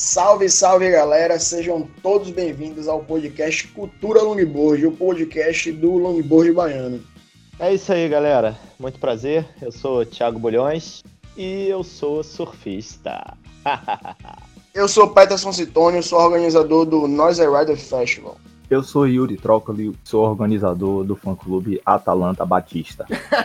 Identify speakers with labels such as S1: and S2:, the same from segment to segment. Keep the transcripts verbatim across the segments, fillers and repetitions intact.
S1: Salve, salve galera, sejam todos bem-vindos ao podcast Cultura Longboard, o podcast do longboard baiano.
S2: É isso aí, galera. Muito prazer. Eu sou o Thiago Bulhões e eu sou surfista.
S1: Eu sou Peterson Citônio, sou organizador do Noise Rider Festival.
S3: Eu sou Yuri Trócoli, sou organizador do fã-clube Atalanta Batista.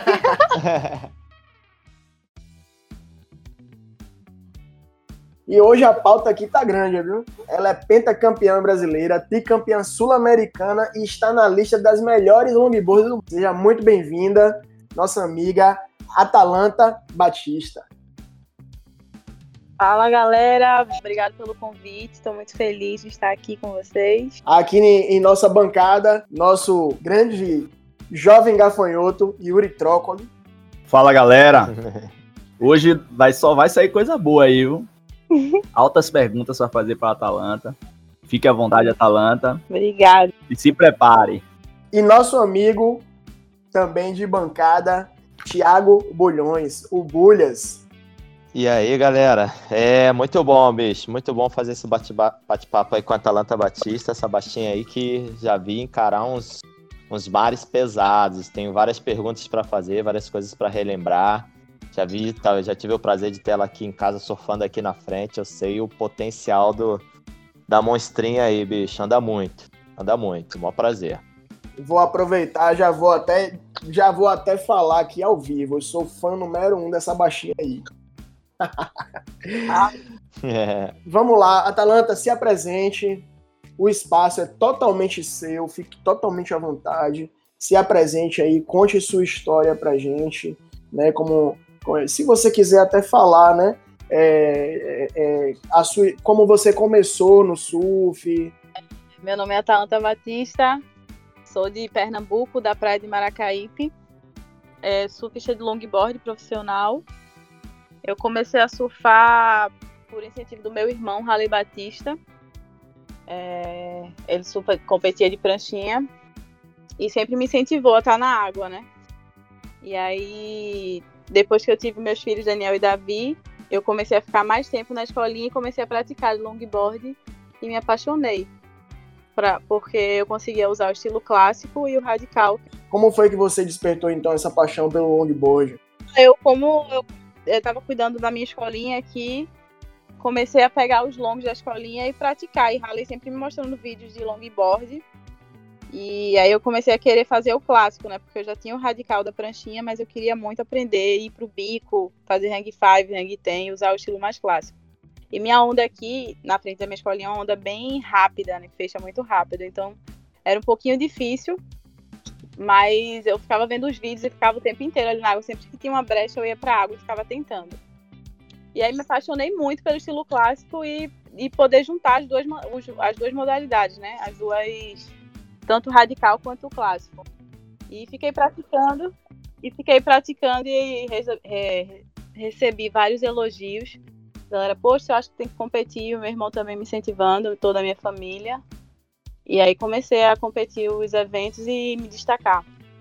S1: E hoje a pauta aqui tá grande, viu? Ela é pentacampeã brasileira, tricampeã sul-americana e está na lista das melhores longboards do mundo. Seja muito bem-vinda, nossa amiga Atalanta Batista.
S4: Fala, galera. Obrigado pelo convite. Estou muito feliz de estar aqui com vocês.
S1: Aqui em nossa bancada, nosso grande jovem gafanhoto, Yuri Trócoli.
S3: Fala, galera. Hoje vai, só vai sair coisa boa aí, viu? Altas perguntas para fazer para a Atalanta. Fique à vontade, Atalanta.
S4: Obrigado.
S3: E se prepare.
S1: E nosso amigo, também de bancada, Thiago Bulhões, o Bulhas.
S2: E aí, galera? É muito bom, bicho. Muito bom fazer esse bate-papo aí com a Atalanta Batista, essa baixinha aí que já vi encarar uns, uns mares pesados. Tenho várias perguntas para fazer, várias coisas para relembrar. Já vi, tá, já tive o prazer de ter ela aqui em casa surfando aqui na frente. Eu sei o potencial do, da monstrinha aí, bicho. Anda muito, anda muito. Mó prazer.
S1: Vou aproveitar, já vou até, já vou até falar aqui ao vivo. Eu sou fã número um dessa baixinha aí. é. Vamos lá, Atalanta, se apresente. O espaço é totalmente seu. Fique totalmente à vontade. Se apresente aí, conte sua história pra gente, né? Como Se você quiser até falar, né, é, é, a sua, como você começou no surf.
S4: Meu nome é Atalanta Batista, sou de Pernambuco, da praia de Maracaípe, é, surfista de longboard profissional. Eu comecei a surfar por incentivo do meu irmão, Raleigh Batista. É, ele surfa, competia de pranchinha e sempre me incentivou a estar na água, né? E aí, depois que eu tive meus filhos, Daniel e Davi, eu comecei a ficar mais tempo na escolinha e comecei a praticar longboard e me apaixonei, pra, porque eu conseguia usar o estilo clássico e o radical.
S1: Como foi que você despertou, então, essa paixão pelo longboard?
S4: Eu, como eu estava cuidando da minha escolinha aqui, comecei a pegar os longos da escolinha e praticar. E Raleigh sempre me mostrando vídeos de longboard. E aí eu comecei a querer fazer o clássico, né? Porque eu já tinha o radical da pranchinha, mas eu queria muito aprender, ir pro bico, fazer hang five, hang ten, usar o estilo mais clássico. E minha onda aqui, na frente da minha escolinha, é uma onda bem rápida, né? Fecha muito rápido. Então, era um pouquinho difícil, mas eu ficava vendo os vídeos e ficava o tempo inteiro ali na água. Sempre que tinha uma brecha, eu ia pra água e ficava tentando. E aí me apaixonei muito pelo estilo clássico e, e poder juntar as duas, as duas modalidades, né? As duas... tanto o radical quanto o clássico. E fiquei praticando, e fiquei praticando e re- re- recebi vários elogios. A galera, poxa, eu acho que tem que competir. O meu irmão também me incentivando, toda a minha família. E aí comecei a competir os eventos e me destacar.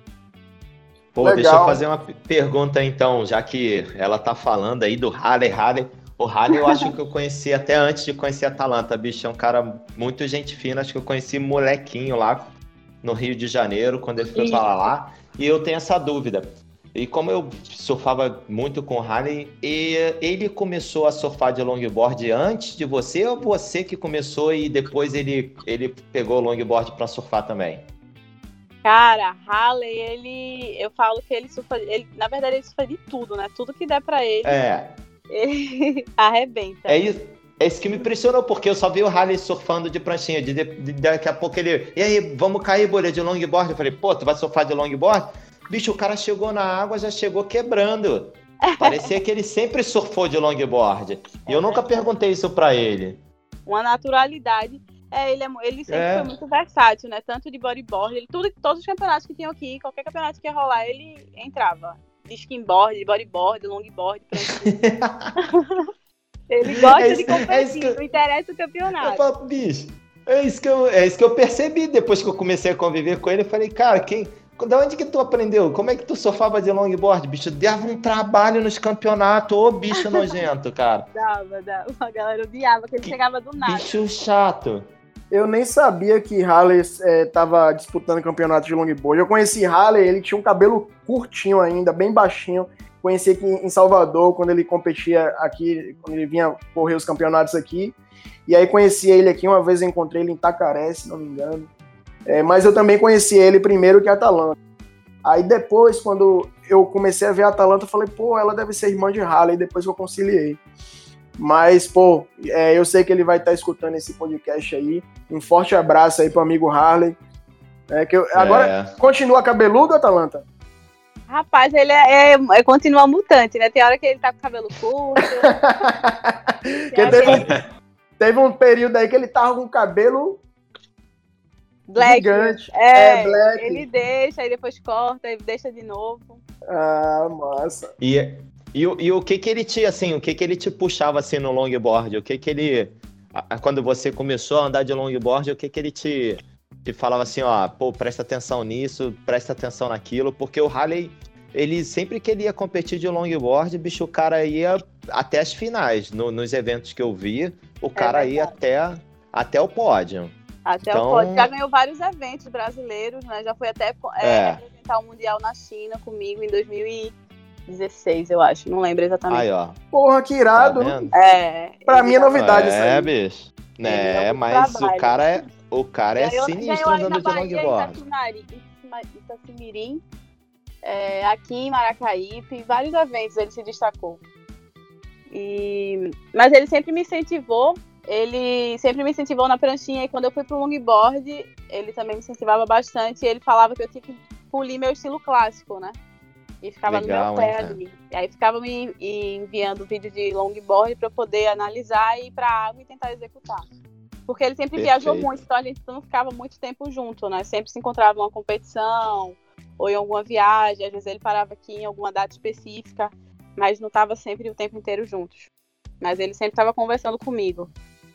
S2: Pô,
S1: Legal.
S2: Deixa eu fazer uma pergunta então, já que ela tá falando aí do Raleigh, Raleigh. O Raleigh eu acho que eu conheci até antes de conhecer a Atalanta, bicho, é um cara muito gente fina, acho que eu conheci molequinho lá no Rio de Janeiro, quando ele foi para lá, e eu tenho essa dúvida. E como eu surfava muito com o Raleigh, ele começou a surfar de longboard antes de você, ou você que começou e depois ele, ele pegou o longboard para surfar também?
S4: Cara, Raleigh, ele, eu falo que ele surfa, ele, na verdade ele surfa de tudo, né? Tudo que der para ele,
S2: é.
S4: ele arrebenta.
S2: É isso. É isso que me impressionou, porque eu só vi o Raleigh surfando de pranchinha, de, de, de, daqui a pouco ele... E aí, vamos cair, bolha, de longboard? Eu falei, pô, tu vai surfar de longboard? Bicho, o cara chegou na água, já chegou quebrando. Parecia que ele sempre surfou de longboard. E eu nunca perguntei isso pra ele.
S4: Uma naturalidade. É, ele, é, ele sempre é. foi muito versátil, né? Tanto de bodyboard, ele, tudo, todos os campeonatos que tinham aqui, qualquer campeonato que ia rolar, ele entrava. De skinboard, de bodyboard, longboard, pranchinha. Ele gosta é isso, de competir, é isso que eu... não interessa o campeonato.
S2: Eu falo, bicho, é isso, que eu, é isso que eu percebi depois que eu comecei a conviver com ele. Eu falei, cara, quem... De onde que tu aprendeu? Como é que tu surfava de longboard, bicho? Dava um trabalho nos campeonatos, ô bicho nojento, cara.
S4: Dava, dava. A galera odiava, que ele
S2: Que
S4: chegava do nada.
S2: bicho chato.
S1: Eu nem sabia que Harley estava disputando campeonato de longboard. Eu conheci Harley, ele tinha um cabelo curtinho ainda, bem baixinho. Conheci aqui em Salvador, quando ele competia aqui, quando ele vinha correr os campeonatos aqui. E aí conheci ele aqui, uma vez eu encontrei ele em Itacaré, se não me engano. É, mas eu também conheci ele primeiro que a Atalanta. Aí depois, quando eu comecei a ver a Atalanta, eu falei, pô, ela deve ser irmã de Harley, depois eu conciliei. Mas, pô, é, eu sei que ele vai estar escutando esse podcast aí. Um forte abraço aí pro amigo Harley. É, que eu, agora,
S2: É.
S1: continua cabeludo, Atalanta?
S4: Rapaz, ele é, é, é continua mutante, né? Tem hora que ele tá com o cabelo curto.
S1: Porque teve, um, teve um período aí que ele tava com o cabelo
S4: Black.
S1: gigante.
S4: É,
S1: É, black.
S4: ele deixa, aí depois corta, aí deixa de novo.
S1: Ah, massa.
S2: E, e, o- e o que que ele te, assim, o que que ele te puxava, assim, no longboard? O que que ele, a- quando você começou a andar de longboard, o que que ele te, te falava assim, ó, pô, presta atenção nisso, presta atenção naquilo, porque o Harley, ele sempre que ele ia competir de longboard, bicho, o cara ia até as finais, no- nos eventos que eu vi, o cara ia até, até o pódio.
S4: Até
S2: Então-
S4: o pódio. Já ganhou vários eventos brasileiros, né? Já foi até é,
S2: É.
S4: representar o Mundial na China comigo em dois mil e dezesseis, eu acho. Não lembro exatamente.
S2: Aí, ó,
S1: Porra, que
S2: tá
S1: irado.
S2: vendo?
S4: É,
S1: Pra
S4: ele
S1: mim é
S4: já-
S1: novidade isso
S2: É,
S1: aí.
S2: bicho.
S4: Ele
S2: Né,
S4: é um
S2: mas
S4: trabalho.
S2: o cara é, o cara é
S4: ganhou,
S2: sinistro
S4: ganhou aí na
S2: andando de
S4: Bahia, em
S2: longboard.
S4: Itacimari- Itacima- Itacimirim, é, aqui em Maracaípe, vários eventos ele se destacou. E, mas ele sempre me incentivou, ele sempre me incentivou na pranchinha, e quando eu fui pro longboard, ele também me incentivava bastante, e ele falava que eu tinha que polir meu estilo clássico, né? E ficava
S2: Legal,
S4: no meu pé
S2: hein, cara?
S4: ali. E aí ficava me enviando vídeo de longboard para eu poder analisar e ir pra água e tentar executar. Porque ele sempre
S2: Perfeito.
S4: viajou muito, então a gente não ficava muito tempo junto, né? Sempre se encontrava numa competição ou em alguma viagem. Às vezes ele parava aqui em alguma data específica, mas não estava sempre o tempo inteiro juntos. Mas ele sempre estava conversando comigo.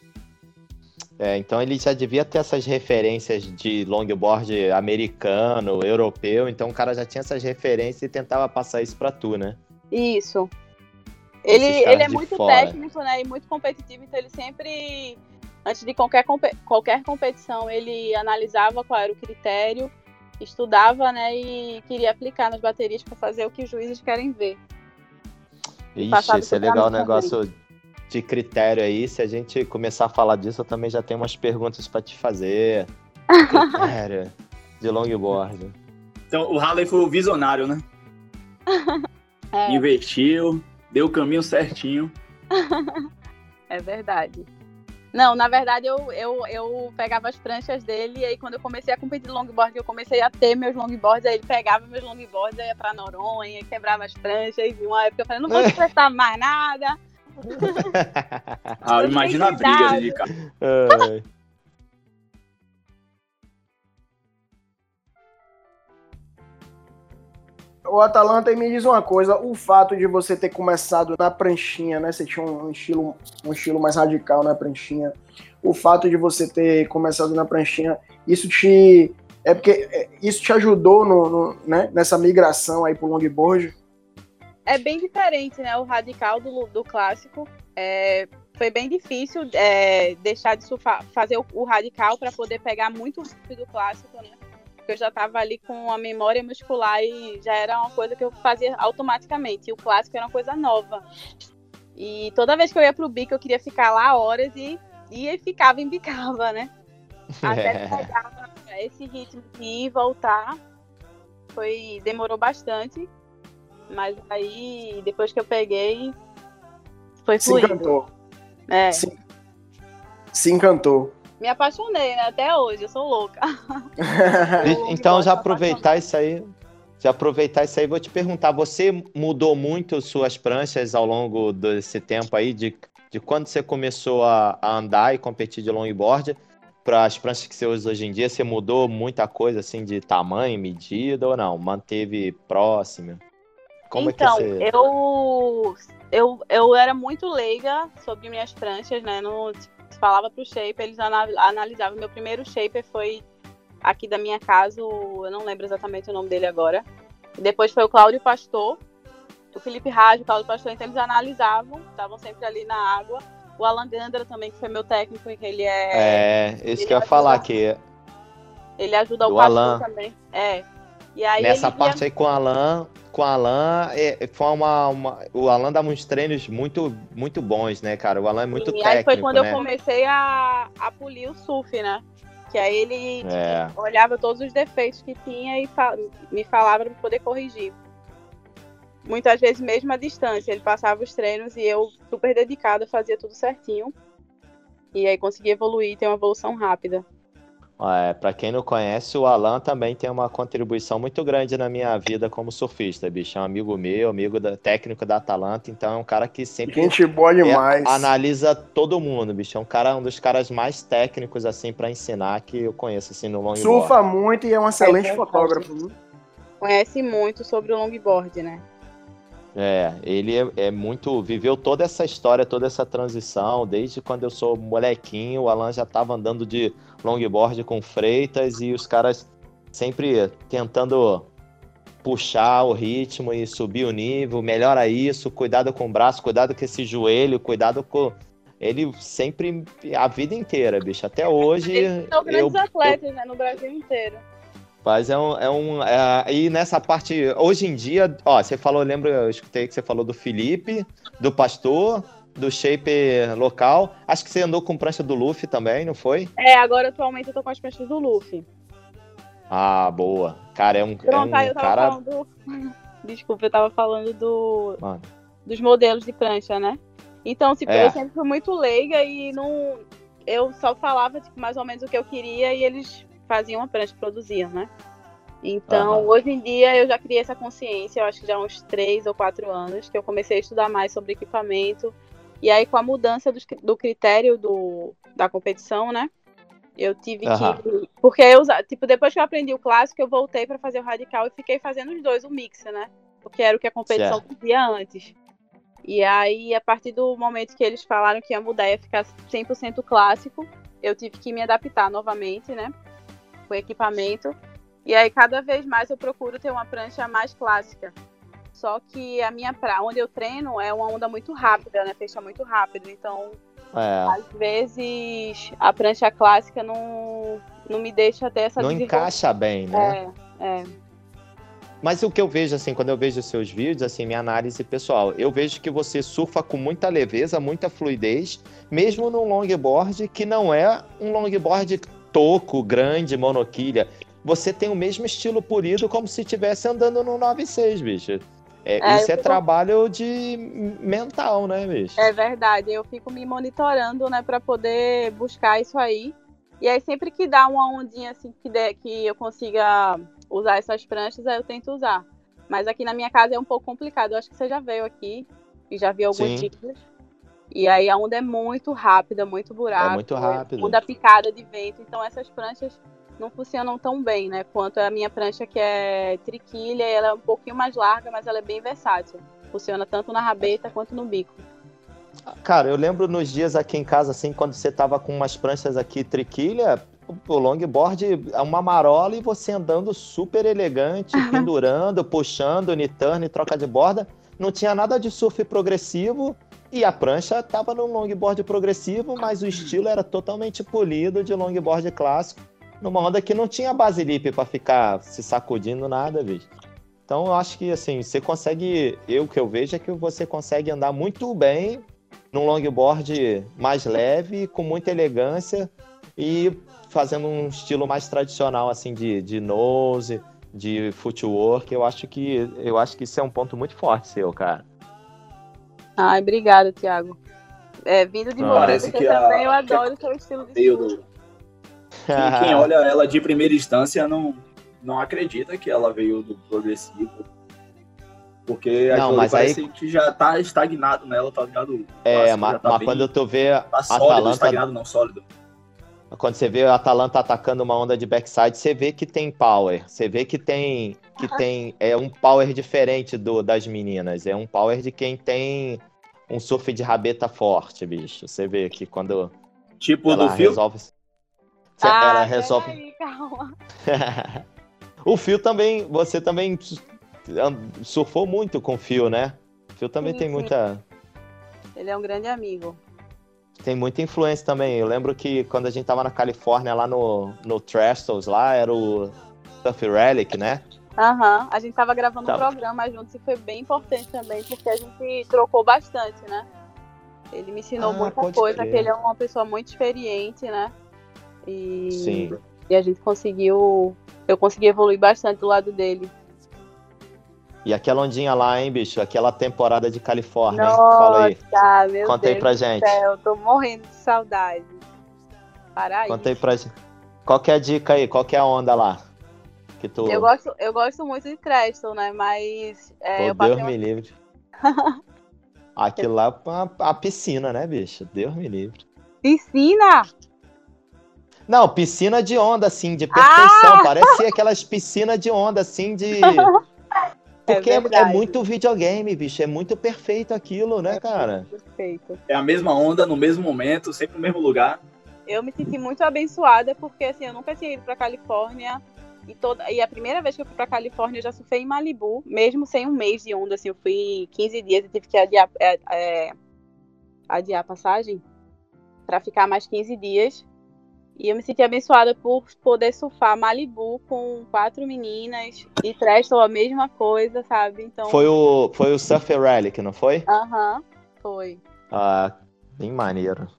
S2: É, então ele já devia ter essas referências de longboard americano, europeu, então o cara já tinha essas referências e tentava passar isso pra tu, né?
S4: Isso. Ele,
S2: Esses caras
S4: ele é
S2: de
S4: muito
S2: fora.
S4: técnico, né? E muito competitivo, então ele sempre, antes de qualquer, compe- qualquer competição, ele analisava qual era o critério, estudava, né? E queria aplicar nas baterias para fazer o que os juízes querem ver.
S2: Ixi,
S4: Passado
S2: isso é
S4: por
S2: legal o
S4: trás
S2: negócio de critério aí. Se a gente começar a falar disso, eu também já tenho umas perguntas pra te fazer. Critério de longboard.
S3: Então, o Harley foi o visionário, né?
S4: É.
S3: Investiu, deu o caminho certinho.
S4: É verdade. Não, na verdade, eu, eu, eu pegava as pranchas dele, e aí quando eu comecei a competir longboard, eu comecei a ter meus longboards, aí ele pegava meus longboards, aí ia pra Noronha, quebrava as pranchas, e uma época eu falei, não vou te prestar mais nada.
S3: Ah,
S4: Eu
S3: imagina a
S4: fiquei
S3: briga
S4: cuidado.
S3: ali de cara.
S2: Ai.
S1: O Atalanta, e me diz uma coisa, o fato de você ter começado na pranchinha, né? Você tinha um estilo, um estilo mais radical na pranchinha. O fato de você ter começado na pranchinha, isso te... É porque é, isso te ajudou no, no, né, nessa migração aí pro longboard?
S4: É bem diferente, né? O radical do, do clássico. É, foi bem difícil é, deixar de surfar, fazer o, o radical para poder pegar muito rápido o clássico, né? Porque eu já estava ali com a memória muscular e já era uma coisa que eu fazia automaticamente. E o clássico era uma coisa nova. E toda vez que eu ia pro bico, eu queria ficar lá horas e ia e ficava, embicava, né? Até pegar esse ritmo de ir e voltar. Foi, demorou bastante. Mas aí, depois que eu peguei, foi
S1: Se
S4: fluindo.
S1: encantou.
S4: É,
S1: Se, se encantou.
S4: me apaixonei, né? Até hoje, eu sou louca.
S2: E- Então, já aproveitar isso aí, já aproveitar isso aí, vou te perguntar, você mudou muito suas pranchas ao longo desse tempo aí, de, de quando você começou a, a andar e competir de longboard, para as pranchas que você usa hoje em dia, você mudou muita coisa, assim, de tamanho, medida ou não? Manteve próximo? Como
S4: então,
S2: é que você...
S4: eu, eu, eu era muito leiga sobre minhas pranchas, né? Não falava pro shaper, eles ana- analisavam. Meu primeiro shaper foi aqui da minha casa, o, eu não lembro exatamente o nome dele agora. E depois foi o Cláudio Pastor, o Felipe Rádio, o Cláudio Pastor, então eles analisavam, estavam sempre ali na água. O Alan Gandra também, que foi meu técnico, que ele é...
S2: É, isso que eu ia falar aqui.
S4: Ele ajuda o
S2: Do
S4: Pastor
S2: Alan.
S4: também. É. E aí
S2: Nessa
S4: ele
S2: parte
S4: ia...
S2: aí com o Alan, com o Alan, é, foi uma, uma... O Alan dava uns treinos muito, muito bons, né, cara? O Alan é muito
S4: e
S2: técnico,
S4: aí foi quando
S2: né?
S4: eu comecei a, a polir o surf, né? Que aí ele tipo,
S2: É.
S4: olhava todos os defeitos que tinha e fa- me falava para poder corrigir. Muitas vezes mesmo à distância, ele passava os treinos e eu, super dedicada, fazia tudo certinho. E aí consegui evoluir, ter uma evolução rápida.
S2: É, para quem não conhece, o Alan também tem uma contribuição muito grande na minha vida como surfista, bicho. É um amigo meu, amigo da, técnico da Atalanta, então é um cara que sempre
S1: Gente boa
S2: é,
S1: demais.
S2: analisa todo mundo, bicho. É um cara, um dos caras mais técnicos, assim, para ensinar que eu conheço, assim, no longboard.
S1: Surfa muito e é um excelente
S4: É verdade.
S1: fotógrafo. viu?
S4: Conhece muito sobre o longboard, né?
S2: É, ele é, é muito, viveu toda essa história, toda essa transição, desde quando eu sou molequinho, o Alan já estava andando de longboard com Freitas e os caras sempre tentando puxar o ritmo e subir o nível, melhora isso, cuidado com o braço, cuidado com esse joelho, cuidado com... Ele sempre, a vida inteira, bicho, até hoje...
S4: Eles são grandes
S2: eu,
S4: atletas, né? No Brasil inteiro.
S2: Mas é um. É um é, e nessa parte, hoje em dia, ó, você falou, lembra, eu escutei que você falou do Felipe, do Pastor, do Shaper local. Acho que você andou com prancha do Luffy também, não foi?
S4: É, agora atualmente eu tô com as pranchas do Luffy.
S2: Ah, boa. Cara, é um,
S4: Pronto,
S2: é
S4: aí
S2: um
S4: eu tava
S2: cara.
S4: falando. Desculpa, eu tava falando do...
S2: Mano,
S4: dos modelos de prancha, né? Então, tipo,
S2: É.
S4: eu sempre fui muito leiga e não. Eu só falava, tipo, mais ou menos o que eu queria e eles faziam a prancha, produziam, né? Então,
S2: Aham.
S4: hoje em dia eu já criei essa consciência, eu acho que já há uns três ou quatro anos, que eu comecei a estudar mais sobre equipamento. E aí, com a mudança do, do critério do, da competição, né? Eu tive
S2: Aham.
S4: que. Porque eu usava, tipo, depois que eu aprendi o clássico, eu voltei para fazer o radical e fiquei fazendo os dois, o mix, né? Porque era o que a competição
S2: Certo.
S4: pedia antes. E aí, a partir do momento que eles falaram que ia mudar, ia ficar cem por cento clássico, eu tive que me adaptar novamente, né? Com o equipamento. E aí, cada vez mais eu procuro ter uma prancha mais clássica. Só que a minha praia, onde eu treino, é uma onda muito rápida, né? Fecha muito rápido. Então,
S2: É.
S4: às vezes, a prancha clássica não, não me deixa ter essa
S2: Não
S4: desenvoltura.
S2: encaixa bem, né?
S4: É, é.
S2: Mas o que eu vejo, assim, quando eu vejo os seus vídeos, assim, minha análise pessoal, eu vejo que você surfa com muita leveza, muita fluidez, mesmo num longboard que não é um longboard toco, grande, monoquilha. Você tem o mesmo estilo polido como se estivesse andando no nove seis, bicho. É,
S4: É,
S2: isso
S4: eu
S2: é
S4: fico-
S2: trabalho de mental, né, bicho?
S4: É verdade, eu fico me monitorando, né, para poder buscar isso aí. E aí sempre que dá uma ondinha assim que, der, que eu consiga usar essas pranchas, aí eu tento usar. Mas aqui na minha casa é um pouco complicado. Eu acho que você já veio aqui e já viu alguns
S2: Sim.
S4: vídeos. E aí a onda é muito rápida, muito buraco.
S2: É muito rápido.
S4: Onda picada de vento. Então essas pranchas não funcionam tão bem, né? Quanto a minha prancha que é triquilha. Ela é um pouquinho mais larga, mas ela é bem versátil. Funciona tanto na rabeta quanto no bico.
S2: Cara, eu lembro nos dias aqui em casa, assim, quando você tava com umas pranchas aqui, triquilha, o longboard é uma marola e você andando super elegante, pendurando, puxando, uniturn, troca de borda. Não tinha nada de surf progressivo e a prancha tava num longboard progressivo, mas o estilo era totalmente polido de longboard clássico, numa onda que não tinha base lip pra ficar se sacudindo nada, bicho. Então eu acho que, assim, você consegue, eu o que eu vejo é que você consegue andar muito bem num longboard mais leve, com muita elegância e fazendo um estilo mais tradicional, assim, de, de nose, de footwork. Eu acho que eu acho que isso é um ponto muito forte seu, cara.
S4: Ai, obrigada, Thiago. É, vindo de
S2: Ah.
S4: você,
S5: Parece
S4: porque
S5: que a-
S4: também eu
S5: que a-
S4: adoro o seu estilo de
S5: Meio
S4: surf.
S5: do... Quem, quem olha ela de primeira instância não, não acredita que ela veio do progressivo. Porque
S2: Não,
S5: aquilo
S2: mas
S5: parece
S2: aí-
S5: que já tá estagnado nela, tá ligado? O
S2: É,
S5: clássico
S2: mas,
S5: já tá
S2: mas
S5: bem-
S2: quando tu vê a
S5: Tá sólido,
S2: Atalanta,
S5: estagnado não, sólido.
S2: quando você vê a Atalanta atacando uma onda de backside, você vê que tem power, você vê que tem que tem é um power diferente do das meninas, é um power de quem tem um surf de rabeta forte, bicho. Você vê que quando
S5: Tipo
S2: ela
S5: do fio.
S2: resolve
S4: Ah,
S2: ela resolve.
S4: peraí, calma.
S2: O Fio também, você também surfou muito com o Fio, né? O Fio também
S4: Sim,
S2: tem
S4: sim.
S2: muita,
S4: Ele é um grande amigo.
S2: tem muita influência também. Eu lembro que quando a gente tava na Califórnia, lá no, no Trestles, lá era o Surf Relic, né?
S4: Aham, a gente tava gravando
S2: Tá.
S4: um programa juntos e foi bem importante também, porque a gente trocou bastante, né? Ele me ensinou
S2: Ah,
S4: muita
S2: pode
S4: coisa,
S2: crer.
S4: que ele é uma pessoa muito experiente, né? E,
S2: Sim.
S4: e a gente conseguiu. Eu consegui evoluir bastante do lado dele.
S2: E aquela ondinha lá, hein, bicho? Aquela temporada de Califórnia, hein? Fala aí.
S4: Nossa, meu
S2: Conta aí
S4: Deus
S2: pra
S4: do
S2: gente.
S4: céu, eu tô morrendo de saudade. Para aí.
S2: Conta aí pra gente. Qual que é a dica aí? Qual que é a onda lá? Que tu...
S4: Eu gosto, eu gosto muito de Trestle, né? Mas é,
S2: Pô,
S4: eu passei
S2: Deus
S4: uma...
S2: me livre. Aquilo lá é uma- a piscina, né, bicho? Deus me livre.
S4: piscina!
S2: Não, piscina de onda, assim, de perfeição.
S4: Ah!
S2: Parecia aquelas piscinas de onda, assim, de... Porque é, é
S4: verdade.
S2: muito videogame, bicho. É muito perfeito aquilo, né, cara?
S4: Perfeito.
S5: É a mesma onda, no mesmo momento, sempre no mesmo lugar.
S4: Eu me senti muito abençoada porque assim, eu nunca tinha ido pra Califórnia e, toda... e a primeira vez que eu fui pra Califórnia eu já surfei em Malibu, mesmo sem um mês de onda, assim, eu fui quinze dias e tive que adiar, é, é, adiar a passagem pra ficar mais quinze dias. E eu me senti abençoada por poder surfar Malibu com quatro meninas e Trestle a mesma coisa, sabe? Então,
S2: Foi o, foi o Surf Relic, não foi?
S4: aham, foi.
S2: Ah, bem maneiro.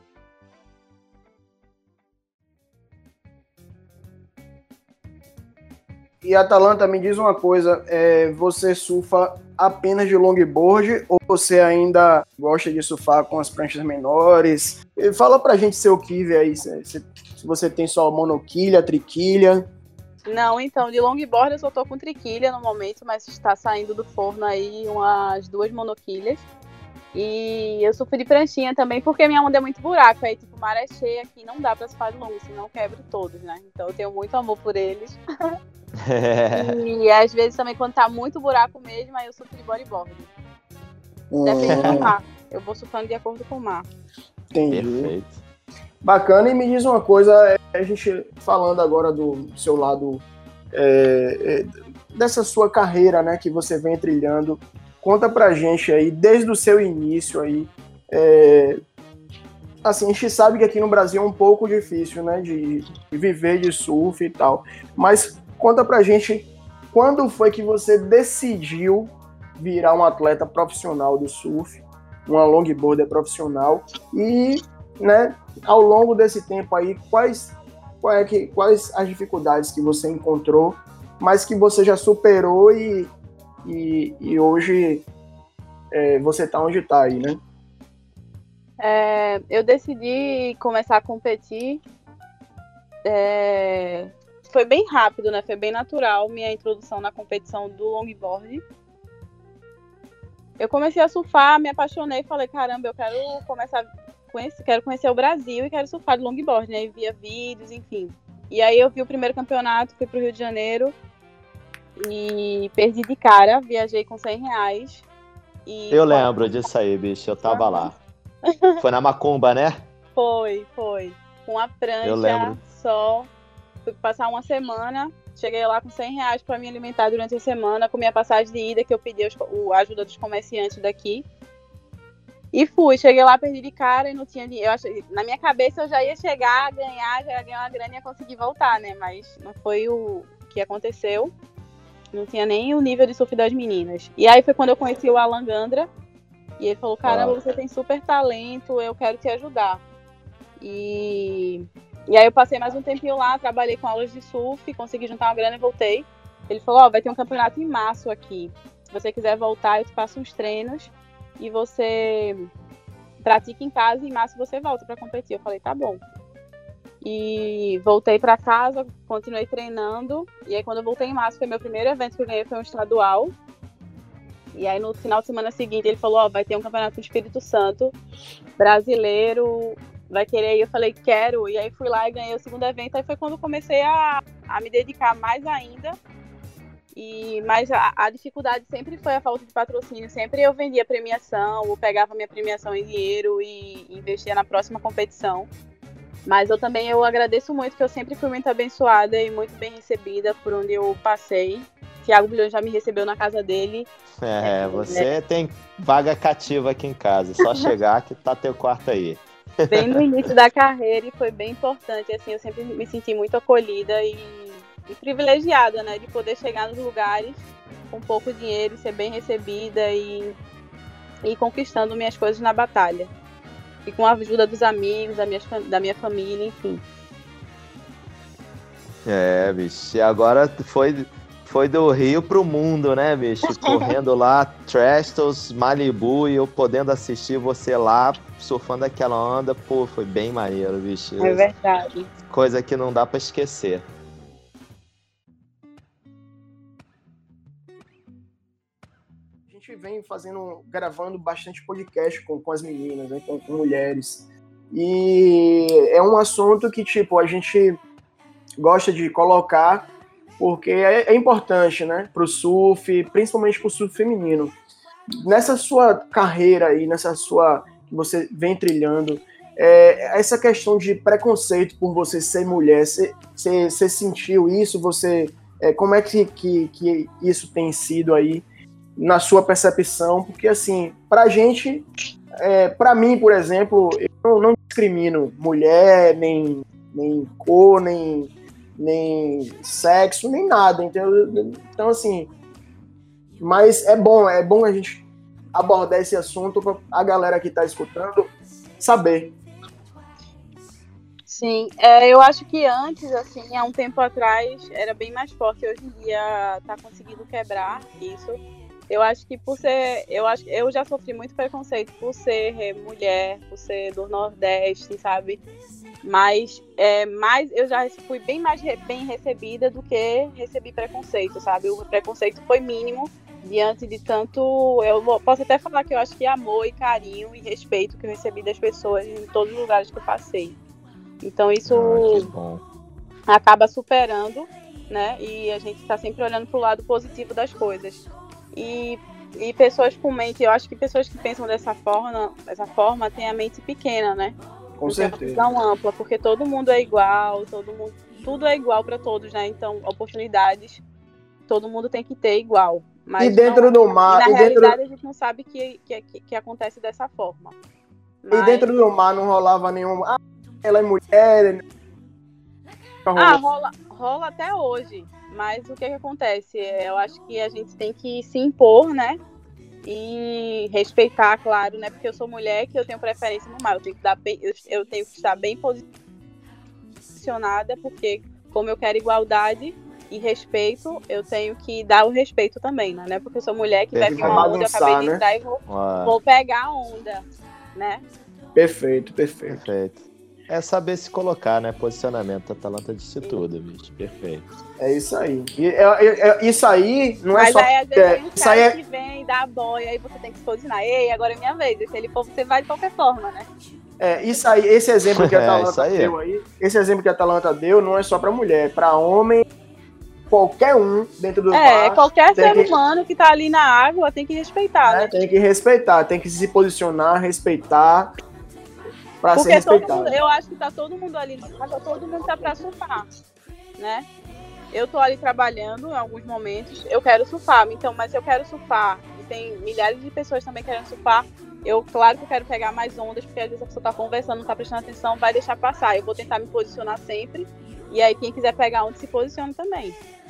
S1: E Atalanta, me diz uma coisa, é, você surfa apenas de longboard ou você ainda gosta de surfar com as pranchas menores? E fala pra gente seu kive aí, se, se, se você tem só monoquilha, triquilha.
S4: Não, então, de longboard eu só tô com triquilha no momento, mas está saindo do forno aí umas duas monoquilhas. E eu surfo de pranchinha também, porque minha onda é muito buraco. Aí, tipo, maré cheia aqui não dá pra surfar de longo, senão eu quebro todos, né? Então eu tenho muito amor por eles. E às vezes também, quando tá muito buraco mesmo, aí eu surfo de bodyboard. Depende do mar. Eu vou surfando de acordo com o mar.
S1: Entendi.
S2: Perfeito.
S1: Bacana, e me diz uma coisa, a gente falando agora do seu lado, é, é, dessa sua carreira, né, que você vem trilhando, conta pra gente aí, desde o seu início aí, é, assim, a gente sabe que aqui no Brasil é um pouco difícil, né, de, de viver de surf e tal, mas conta pra gente, quando foi que você decidiu virar um atleta profissional do surf, uma longboarder profissional, e, né, ao longo desse tempo aí, quais, qual é que, quais as dificuldades que você encontrou, mas que você já superou e, e, e hoje é, você está onde está aí, né?
S4: É, eu decidi começar a competir. É, foi bem rápido, né? Foi bem natural minha introdução na competição do longboard. Eu comecei a surfar, me apaixonei e falei, caramba, eu quero começar a conhecer, quero conhecer o Brasil e quero surfar de longboard, né? E via vídeos, enfim. E aí eu vi o primeiro campeonato, fui pro Rio de Janeiro e perdi de cara, viajei com cem reais. E
S2: Eu lembro disso aí, bicho. Eu tava lá. Foi na Macumba, né?
S4: Foi, foi. Com a prancha
S2: Eu lembro.
S4: só. Fui passar uma semana. Cheguei lá com cem reais para me alimentar durante a semana, com minha passagem de ida, que eu pedi os, o, a ajuda dos comerciantes daqui. E fui. Cheguei lá, perdi de cara e não tinha dinheiro. Eu achei, na minha cabeça eu já ia chegar, ganhar, já ia ganhar uma grana e ia conseguir voltar, né? Mas não foi o que aconteceu. Não tinha nem o nível de surf das meninas. E aí foi quando eu conheci o Alan Gandra. E ele falou, caramba, você tem super talento, eu quero te ajudar. E... E aí eu passei mais um tempinho lá, trabalhei com aulas de surf, consegui juntar uma grana e voltei. Ele falou, ó, oh, vai ter um campeonato em março aqui. Se você quiser voltar, eu te passo uns treinos e você pratica em casa e em março você volta pra competir. Eu falei, tá bom. E voltei pra casa, continuei treinando. E aí quando eu voltei em março, foi meu primeiro evento que eu ganhei, foi um estadual. E aí no final de semana seguinte ele falou, ó, oh, vai ter um campeonato no Espírito Santo, brasileiro, vai querer ir? Eu falei, quero. E aí fui lá e ganhei o segundo evento. Aí foi quando comecei a, a me dedicar mais ainda. E, mas a, a dificuldade sempre foi a falta de patrocínio. Sempre eu vendia premiação, ou pegava minha premiação em dinheiro e investia na próxima competição. Mas eu também eu agradeço muito, que eu sempre fui muito abençoada e muito bem recebida por onde eu passei. Tiago Bilhões já me recebeu na casa dele.
S2: É, é você né? Tem vaga cativa aqui em casa, só chegar que tá teu quarto aí.
S4: Bem no início da carreira, e foi bem importante, assim, eu sempre me senti muito acolhida e, e privilegiada, né, de poder chegar nos lugares com pouco dinheiro e ser bem recebida e, e conquistando minhas coisas na batalha. E com a ajuda dos amigos, da minha, da minha família, enfim.
S2: É, bicho, e agora foi, foi do Rio pro mundo, né, bicho? Correndo lá, Trestles, Malibu, e eu podendo assistir você lá, surfando aquela onda, pô, foi bem maneiro, bicho.
S4: É verdade.
S2: Coisa que não dá pra esquecer.
S1: A gente vem fazendo, gravando bastante podcast com, com as meninas, né, com, com mulheres. E é um assunto que, tipo, a gente gosta de colocar porque é, é importante, né, pro surf, principalmente pro surf feminino. Nessa sua carreira aí, nessa sua... que você vem trilhando, é, essa questão de preconceito por você ser mulher, você, você, você sentiu isso? Você, é, como é que, que, que isso tem sido aí na sua percepção? Porque, assim, pra gente, é, pra mim, por exemplo, eu não, não discrimino mulher, nem, nem cor, nem, nem sexo, nem nada, entendeu? Então, assim, mas é bom, é bom a gente abordar esse assunto para a galera que está escutando saber.
S4: Sim, é, eu acho que antes, assim, há um tempo atrás, era bem mais forte. Hoje em dia está conseguindo quebrar isso. Eu acho que por ser, eu acho, eu já sofri muito preconceito por ser mulher, por ser do Nordeste, sabe? Mas, é, mais, eu já fui bem mais re, bem recebida do que recebi preconceito, sabe? O preconceito foi mínimo diante de tanto, eu posso até falar que eu acho que amor e carinho e respeito que eu recebi das pessoas em todos os lugares que eu passei. Então isso ah, acaba superando, né? E a gente está sempre olhando para o lado positivo das coisas. E, e pessoas com mente, eu acho que pessoas que pensam dessa forma, dessa forma têm a mente pequena, né?
S1: Com certeza.
S4: Não ampla, porque todo mundo é igual, todo mundo, tudo é igual para todos, né? Então, oportunidades, todo mundo tem que ter igual. Mas
S1: e dentro
S4: não,
S1: do mar...
S4: na
S1: e
S4: realidade,
S1: dentro...
S4: a gente não sabe que, que, que, que acontece dessa forma.
S1: Mas... E dentro do mar não rolava nenhum... Ah, ela é mulher...
S4: Ah, rola, rola até hoje. Mas o que, que acontece? Eu acho que a gente tem que se impor, né? E respeitar, claro, né? Porque eu sou mulher, que eu tenho preferência no mar. Eu tenho que, dar bem, eu, eu tenho que estar bem posicionada, porque como eu quero igualdade e respeito, eu tenho que dar o respeito também, né? Não é porque eu sou mulher que vai vir uma onda, eu acabei de entrar, né? E vou, vou pegar a onda, né?
S1: Perfeito, perfeito.
S2: Perfeito. É saber se colocar, né? Posicionamento. A Atalanta disse tudo, bicho. Perfeito.
S1: É isso aí. E, é, é, é, isso aí não
S4: Mas
S1: é só...
S4: Mas aí, às vezes,
S1: é,
S4: tem um cara é... que vem, dá a boia, aí você tem que se posicionar. Ei, agora é minha vez. E se ele for, você vai de qualquer forma, né?
S1: É, isso aí, esse exemplo que a Atalanta é, aí. deu aí, esse exemplo que a Atalanta deu não é só pra mulher, é pra homem, qualquer um dentro do
S4: É,
S1: bar,
S4: qualquer ser
S1: que,
S4: humano que tá ali na água tem que respeitar, né? né?
S1: Tem que respeitar, tem que se posicionar, respeitar, pra
S4: Porque
S1: ser respeitado.
S4: Todo mundo, eu acho que tá todo mundo ali, mas todo mundo tá pra surfar, né? Eu tô ali trabalhando em alguns momentos, eu quero surfar, então, mas se eu quero surfar, e tem milhares de pessoas também querendo surfar, eu, claro que eu quero pegar mais ondas, porque às vezes a pessoa tá conversando, não tá prestando atenção, vai deixar passar. Eu vou tentar me posicionar sempre, e aí quem quiser pegar onda se posiciona também.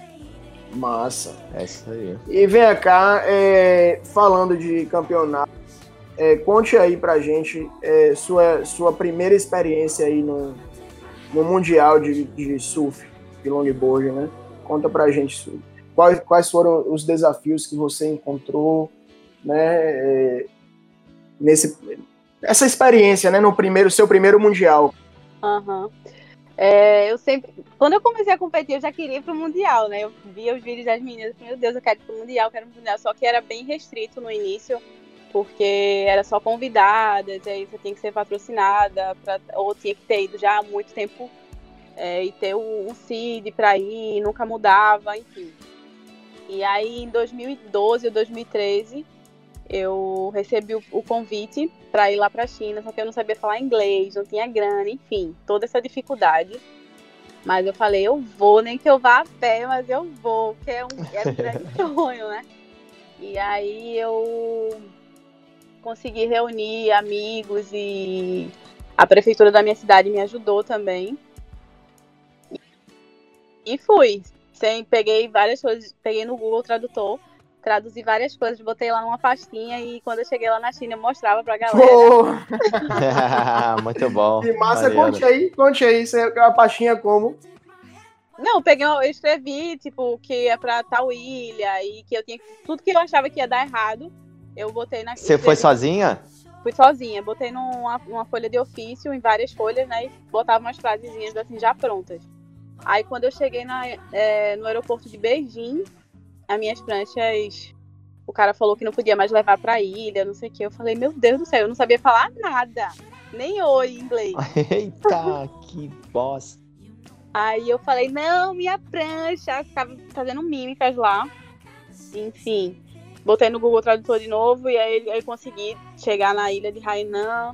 S1: Massa.
S2: É isso aí.
S1: E vem cá, é, falando de campeonato, é, conte aí pra gente é, sua, sua primeira experiência aí no, no Mundial de, de Surf, de longboard, né? Conta pra gente quais, quais foram os desafios que você encontrou, né? É, nesse, essa experiência, né? No primeiro, seu primeiro Mundial.
S4: Aham. Uhum. É, eu sempre, quando eu comecei a competir, eu já queria ir pro Mundial, né? Eu via os vídeos das meninas, meu Deus, eu quero ir pro Mundial, eu quero ir pro Mundial, só que era bem restrito no início, porque era só convidadas, e aí você tinha que ser patrocinada, pra, ou tinha que ter ido já há muito tempo é, e ter um, um C I D pra ir, nunca mudava, enfim. E aí em dois mil e doze ou dois mil e treze, eu recebi o, o convite para ir lá para a China, só que eu não sabia falar inglês, não tinha grana, enfim, toda essa dificuldade. Mas eu falei, eu vou, nem que eu vá a pé, mas eu vou, que é um, é um grande sonho, né? E aí eu consegui reunir amigos e a prefeitura da minha cidade me ajudou também. E fui. Sem, peguei várias coisas, peguei no Google Tradutor, traduzi várias coisas, botei lá numa pastinha e quando eu cheguei lá na China eu mostrava pra galera.
S1: Oh.
S2: Muito bom.
S1: Que massa,
S2: maneiro.
S1: conte aí, conte aí, isso é uma pastinha como?
S4: Não, eu peguei, eu escrevi, tipo, que ia pra tal ilha e que eu tinha, tudo que eu achava que ia dar errado, eu botei na...
S2: Você foi sozinha?
S4: Fui sozinha, botei numa, numa folha de ofício, em várias folhas, né, e botava umas frasezinhas assim, já prontas. Aí quando eu cheguei na, é, no aeroporto de Beijing, as minhas pranchas, o cara falou que não podia mais levar pra ilha, não sei o que. Eu falei, meu Deus do céu, eu não sabia falar nada, nem oi em inglês.
S2: Eita, que bosta.
S4: Aí eu falei, não, minha prancha, ficava fazendo mímicas lá. Enfim, botei no Google Tradutor de novo e aí, aí consegui chegar na ilha de Hainan.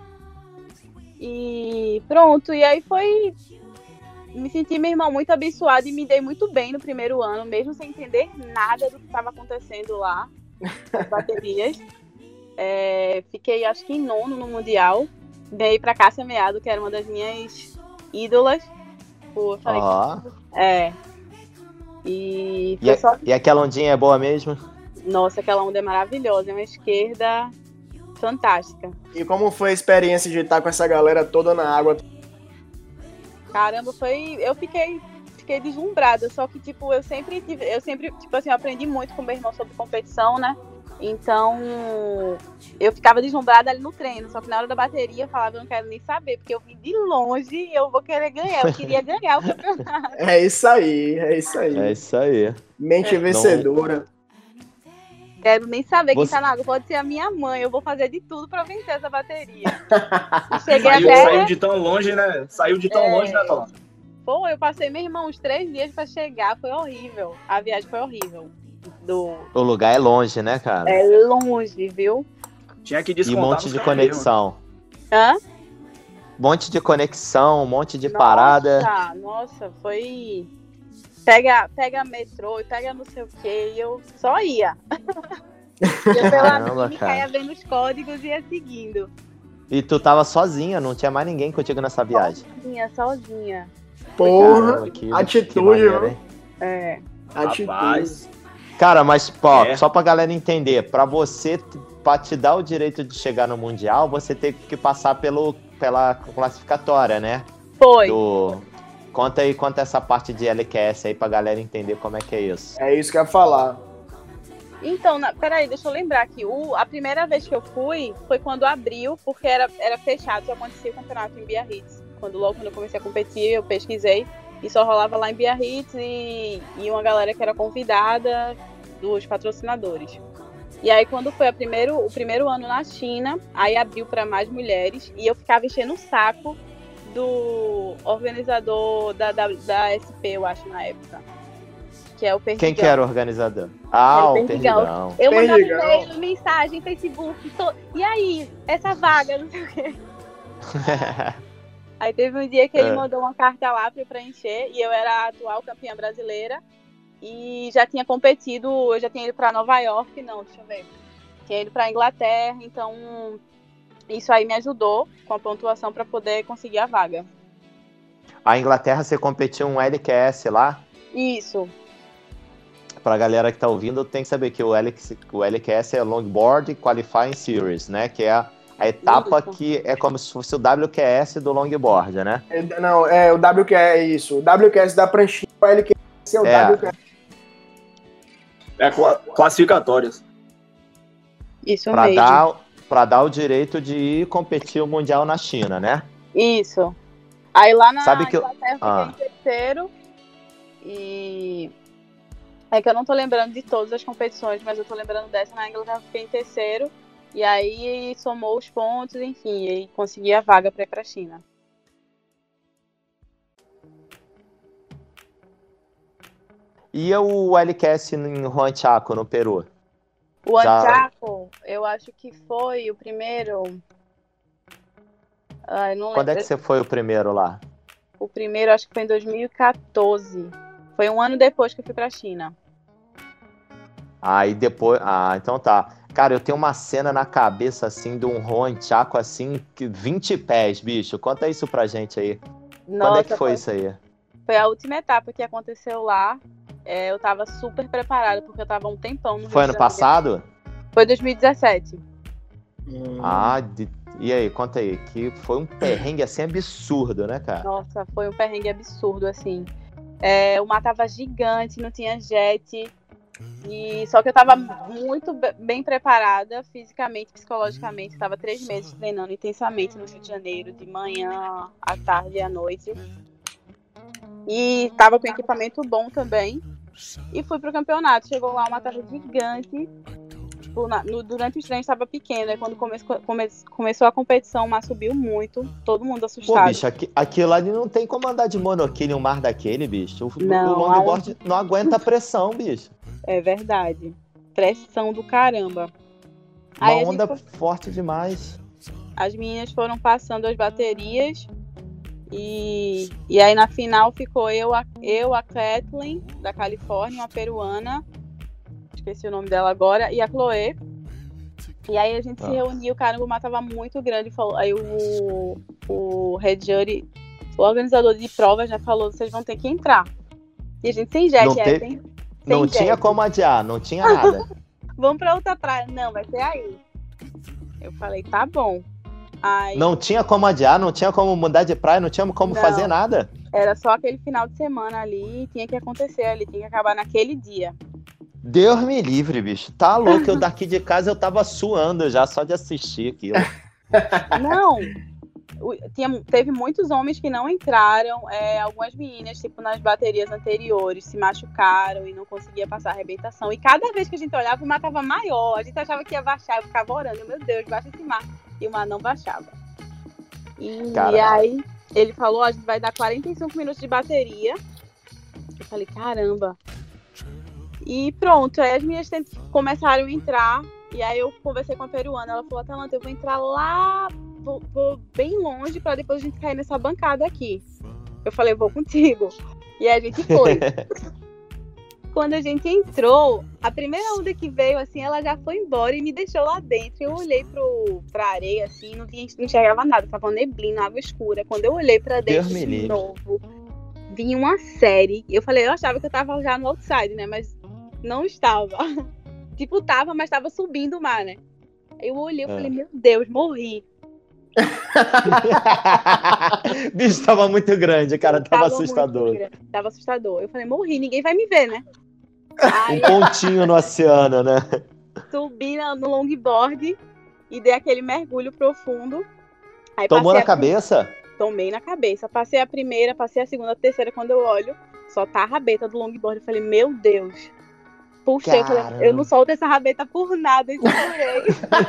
S4: E pronto, e aí foi... Me senti, meu irmão, muito abençoada e me dei muito bem no primeiro ano, mesmo sem entender nada do que estava acontecendo lá, as baterias. É, fiquei, acho que, em nono no Mundial. Ganhei pra Cássia Meado, que era uma das minhas ídolas. Pô, eu falei,
S2: oh.
S4: é. E,
S2: e, a,
S4: só...
S2: e aquela ondinha é boa mesmo?
S4: Nossa, aquela onda é maravilhosa, é uma esquerda fantástica.
S1: E como foi a experiência de estar com essa galera toda na água?
S4: Caramba, foi... Eu fiquei, fiquei deslumbrada, só que, tipo, eu sempre tive... Eu sempre, tipo assim, eu aprendi muito com meu irmão sobre competição, né? Então, eu ficava deslumbrada ali no treino, só que na hora da bateria eu falava, eu não quero nem saber, porque eu vim de longe e eu vou querer ganhar, eu queria ganhar o campeonato.
S1: É isso aí, é isso aí.
S2: É isso aí.
S1: Mente
S4: é.
S1: vencedora.
S4: Quero nem saber
S2: Você...
S4: quem tá na água, pode ser a minha mãe, eu vou fazer de tudo pra vencer essa bateria. Cheguei
S5: saiu,
S4: até...
S5: saiu de tão longe, né? Saiu de tão
S4: é...
S5: longe, né, Talanta?
S4: Pô, eu passei, meu irmão, uns três dias pra chegar, foi horrível. A viagem foi horrível. Do...
S2: O lugar é longe, né, cara?
S4: É longe, viu?
S5: Tinha que
S2: E
S5: descontar
S2: um monte de conexão.
S4: Hã?
S2: Um monte de conexão, um monte de
S4: nossa,
S2: parada.
S4: Nossa, foi... Pega, pega metrô e pega não sei o que, e eu só ia. Eu pela mímica ia vendo os códigos e ia seguindo.
S2: E tu tava sozinha, não tinha mais ninguém contigo nessa viagem?
S4: Sozinha, sozinha.
S1: Porra,
S2: Caramba, que,
S1: atitude,
S2: que maneiro, hein?
S4: É.
S1: Atitude.
S5: Rapaz.
S2: Cara, mas pô,
S5: É.
S2: só pra galera entender, pra você, pra te dar o direito de chegar no Mundial, você teve que passar pelo, pela classificatória, né?
S4: Foi.
S2: Do... Conta aí, conta essa parte de L Q S aí pra galera entender como é que é isso.
S1: É isso que eu ia falar.
S4: Então, na, peraí, deixa eu lembrar aqui. O, a primeira vez que eu fui foi quando abriu, porque era, era fechado, só acontecia o campeonato em Biarritz. Quando logo quando eu comecei a competir, eu pesquisei e só rolava lá em Biarritz e, e uma galera que era convidada dos patrocinadores. E aí quando foi a primeiro, o primeiro ano na China, aí abriu para mais mulheres e eu ficava enchendo o saco do organizador da, da, da S P, eu acho, na época. Que é o Perdigão.
S2: Quem que era o organizador? Ah, o
S4: Perdigão.
S2: Perdigão.
S4: Eu mandava
S1: Perdigão.
S4: e-mail, mensagem, Facebook, to... e aí, essa vaga, não sei o quê. Aí teve um dia que ele
S2: É.
S4: mandou uma carta lá para eu preencher e eu era a atual campeã brasileira e já tinha competido, eu já tinha ido para Nova York, não, deixa eu ver. Tinha ido para Inglaterra, então isso aí me ajudou com a pontuação para poder conseguir a vaga.
S2: A Inglaterra, você competiu um L Q S lá?
S4: Isso.
S2: Pra galera que tá ouvindo, tem que saber que o, L, o L Q S é Longboard Qualifying Series, né? Que é a, a etapa
S4: Isso.
S2: que é como se fosse o W Q S do longboard, né?
S1: É, não, é o W Q S, é isso. O W Q S da pranchinha, o L Q S é o
S2: É.
S1: W Q S.
S5: É cla- classificatórias.
S4: Isso
S2: Pra
S4: mesmo.
S2: dar, pra dar o direito de ir competir o Mundial na China, né?
S4: Isso. Aí lá na
S2: Sabe que eu-
S4: Inglaterra eu fiquei
S2: Ah.
S4: em terceiro e é que eu não tô lembrando de todas as competições, mas eu tô lembrando dessa. Na Inglaterra eu fiquei em terceiro e aí somou os pontos, enfim, e consegui a vaga pra ir pra China.
S2: E o L Q S em Huanchaco, no Peru?
S4: O
S2: Já-
S4: Anchaco, eu acho que foi o primeiro. Ai, não
S2: Quando é
S4: lembro.
S2: que você foi o primeiro lá?
S4: O primeiro acho que foi em dois mil e quatorze. Foi um ano depois que eu fui pra China.
S2: Aí depois. Ah, então tá. Cara, eu tenho uma cena na cabeça assim de um Juan Chaco assim, que vinte pés, bicho. Conta isso pra gente aí.
S4: Nossa,
S2: Quando é que foi isso aí?
S4: Foi a última etapa que aconteceu lá. É, eu tava super preparada, porque eu tava um tempão no Rio
S2: Foi
S4: de
S2: ano
S4: Janeiro.
S2: passado?
S4: Foi dois mil e dezessete.
S1: Hum.
S2: Ah, de... e aí, conta aí. Que foi um perrengue assim absurdo, né, cara?
S4: Nossa, foi um perrengue absurdo, assim. É, o mar tava gigante, não tinha jet. E... Só que eu tava muito bem preparada, fisicamente, psicologicamente. Eu tava três meses treinando intensamente no Rio de Janeiro, de manhã, à tarde e à noite. E tava com equipamento bom também. E fui pro campeonato. Chegou lá uma tarde gigante. Tipo, na, no, durante os treinos estava pequeno. Aí quando come, come, começou a competição, o mar subiu muito. Todo mundo assustado.
S2: Pô, bicho, aqui, aquilo ali não tem como andar de monoquilho em um mar daquele, bicho. O,
S4: Não,
S2: o longboard não aguenta a pressão, bicho.
S4: É verdade. Pressão do caramba.
S2: Uma
S4: Aí
S2: onda
S4: foi...
S2: forte demais.
S4: As meninas foram passando as baterias. E, e aí na final ficou eu, a, eu, a Kathleen, da Califórnia, uma peruana. Esqueci o nome dela agora. E a Chloe. E aí a gente ah. se reuniu, caramba, o mar tava muito grande. Falou, aí o, o Head Jury, o organizador de provas, já falou, vocês vão ter que entrar. E a gente sem jet,
S2: não,
S4: é,
S2: te...
S4: sem,
S2: não
S4: sem
S2: tinha
S4: jet.
S2: como adiar, não tinha nada.
S4: Vamos pra outra praia. Não, vai ser aí. Eu falei, tá bom. Aí...
S2: Não tinha como adiar, não tinha como mudar de praia, não tinha como
S4: não,
S2: fazer nada.
S4: Era só aquele final de semana ali, tinha que acontecer ali, tinha que acabar naquele dia.
S2: Deus me livre, bicho. Tá louco, eu daqui de casa eu tava suando já só de assistir aquilo.
S4: Não, tinha, teve muitos homens que não entraram, é, algumas meninas, tipo, nas baterias anteriores, se machucaram e não conseguia passar a arrebentação. E cada vez que a gente olhava, o mar tava maior, a gente achava que ia baixar, eu ficava orando, meu Deus, baixa esse mar. E o mar não baixava. E, e aí, ele falou, a gente vai dar quarenta e cinco minutos de bateria. Eu falei, caramba. E pronto, aí as minhas começaram a entrar. E aí eu conversei com a peruana. Ela falou, Atalanta, eu vou entrar lá, vou, vou bem longe pra depois a gente cair nessa bancada aqui. Eu falei, vou contigo. E aí a gente foi. Quando a gente entrou, a primeira onda que veio, assim, ela já foi embora e me deixou lá dentro. Eu olhei pro, pra areia, assim, não, tinha, não enxergava nada, tava neblina, água escura. Quando eu olhei pra dentro
S2: Deus
S4: de novo, vinha uma série. Eu falei, eu achava que eu tava já no outside, né? Mas não estava. Tipo, tava, mas tava subindo o mar, né? Eu olhei, eu é. falei, meu Deus, morri.
S2: Bicho, tava muito grande, cara, tava, tava assustador.
S4: Tava assustador. Eu falei, morri, ninguém vai me ver, né?
S2: Aí, um pontinho no oceano, né?
S4: Subi no longboard e dei aquele mergulho profundo. Aí
S2: tomou na
S4: a...
S2: cabeça?
S4: Tomei na cabeça. Passei a primeira, passei a segunda, a terceira. Quando eu olho, só tá a rabeta do longboard. Eu falei, meu Deus. Puxei, eu falei, eu não solto essa rabeta por nada. E segurei.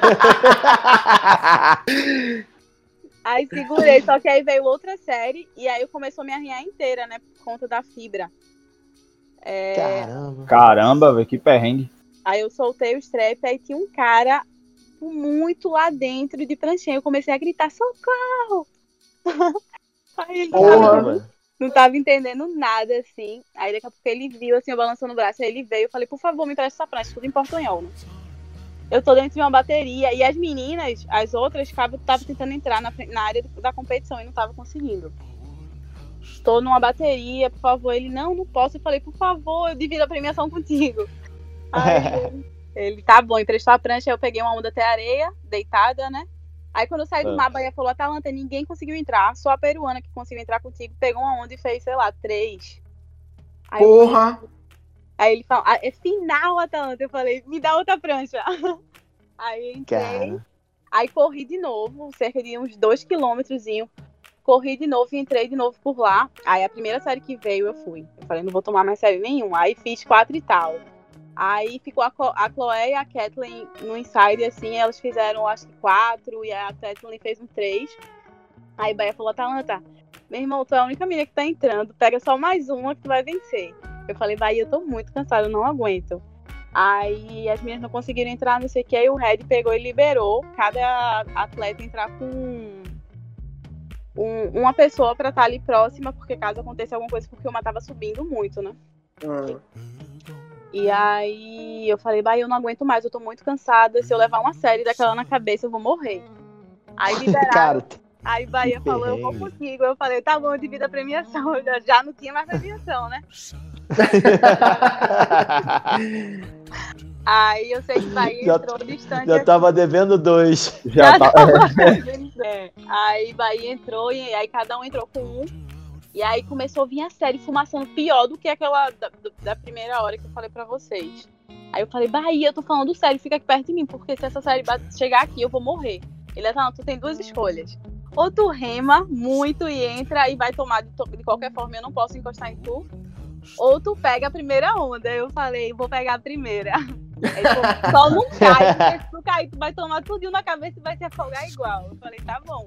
S4: Aí segurei, só que aí veio outra série e aí começou a me arranhar inteira, né? Por conta da fibra.
S2: É... Caramba.
S3: Caramba, velho, que perrengue.
S4: Aí eu soltei o strap, aí tinha um cara muito lá dentro de pranchinha. Eu comecei a gritar, socorro! Aí ele tava, não tava entendendo nada, assim. Aí daqui a pouco ele viu, assim, eu balançando o braço. Aí ele veio, eu falei, por favor, me empresta essa prancha, tudo em portunhol, né? Eu tô dentro de uma bateria e as meninas, as outras, estavam tentando entrar na, na área da competição e não tava conseguindo. Estou numa bateria, por favor. Ele, não, não posso. Eu falei, por favor, eu divido a premiação contigo. Aí ele, ele, tá bom, emprestou a prancha, eu peguei uma onda até a areia, deitada, né? Aí quando eu saí do mar, a Bahia falou, Atalanta, ninguém conseguiu entrar, só a peruana que conseguiu entrar contigo, pegou uma onda e fez, sei lá, três. Aí
S1: Porra!
S4: Eu, aí ele falou, ah, é final, Atalanta. Eu falei, me dá outra prancha. Aí entrei, cara. Aí corri de novo, cerca de uns dois quilômetros, corri de novo e entrei de novo por lá. Aí a primeira série que veio, eu fui. Eu falei, não vou tomar mais série nenhuma. Aí fiz quatro e tal. Aí ficou a, a Chloe e a Kathleen no inside, assim, elas fizeram, acho que quatro, e a Kathleen fez um três. Aí a Bahia falou, Atalanta, meu irmão, tu é a única menina que tá entrando, pega só mais uma que tu vai vencer. Eu falei, Bahia, eu tô muito cansada, eu não aguento. Aí as meninas não conseguiram entrar, não sei o que, aí o Red pegou e liberou cada atleta entrar com um, uma pessoa pra estar ali próxima, porque caso aconteça alguma coisa, porque uma tava subindo muito, né?
S1: Hum.
S4: E aí eu falei, Bahia, eu não aguento mais, eu tô muito cansada, se eu levar uma série daquela na cabeça, eu vou morrer. Aí liberaram,
S2: Cara,
S4: aí Bahia
S2: que
S4: falou, eu vou
S2: perrengue.
S4: contigo. Eu falei, tá bom, devido à premiação, eu já, já não tinha mais premiação, né? Aí eu sei que Bahia
S2: Já-
S4: entrou distante.
S2: Já tava devendo dois.
S3: Já tá.
S4: É. Aí Bahia entrou e aí cada um entrou com um. E aí começou a vir a série fumaçando pior do que aquela da, da primeira hora que eu falei pra vocês. Aí eu falei, Bahia, eu tô falando sério, fica aqui perto de mim, porque se essa série bate- chegar aqui, eu vou morrer. Ele é, não, tu tem duas escolhas. Ou tu rema muito e entra e vai tomar de, to- de qualquer forma, eu não posso encostar em tu. Ou tu pega a primeira onda. Eu falei, vou pegar a primeira. Ele falou, só não cai, porque se tu cair, tu vai tomar tudinho na cabeça e vai se afogar igual. Eu falei, tá bom.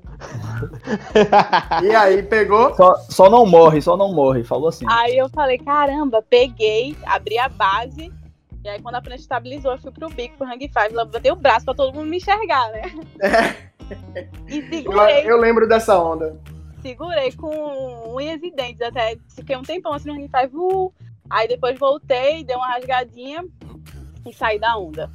S1: E aí, pegou?
S3: Só, só não morre, só não morre. Falou assim.
S4: Aí eu falei, caramba, peguei, abri a base. E aí quando a prancha estabilizou, eu fui pro bico, pro Hang Five, levantei o braço pra todo mundo me enxergar, né? E
S1: Eu,
S4: segurei,
S1: eu lembro dessa onda.
S4: segurei com unhas e dentes, até fiquei um tempão assim no Hang Five. Uh, aí depois voltei, dei uma rasgadinha e saí da onda.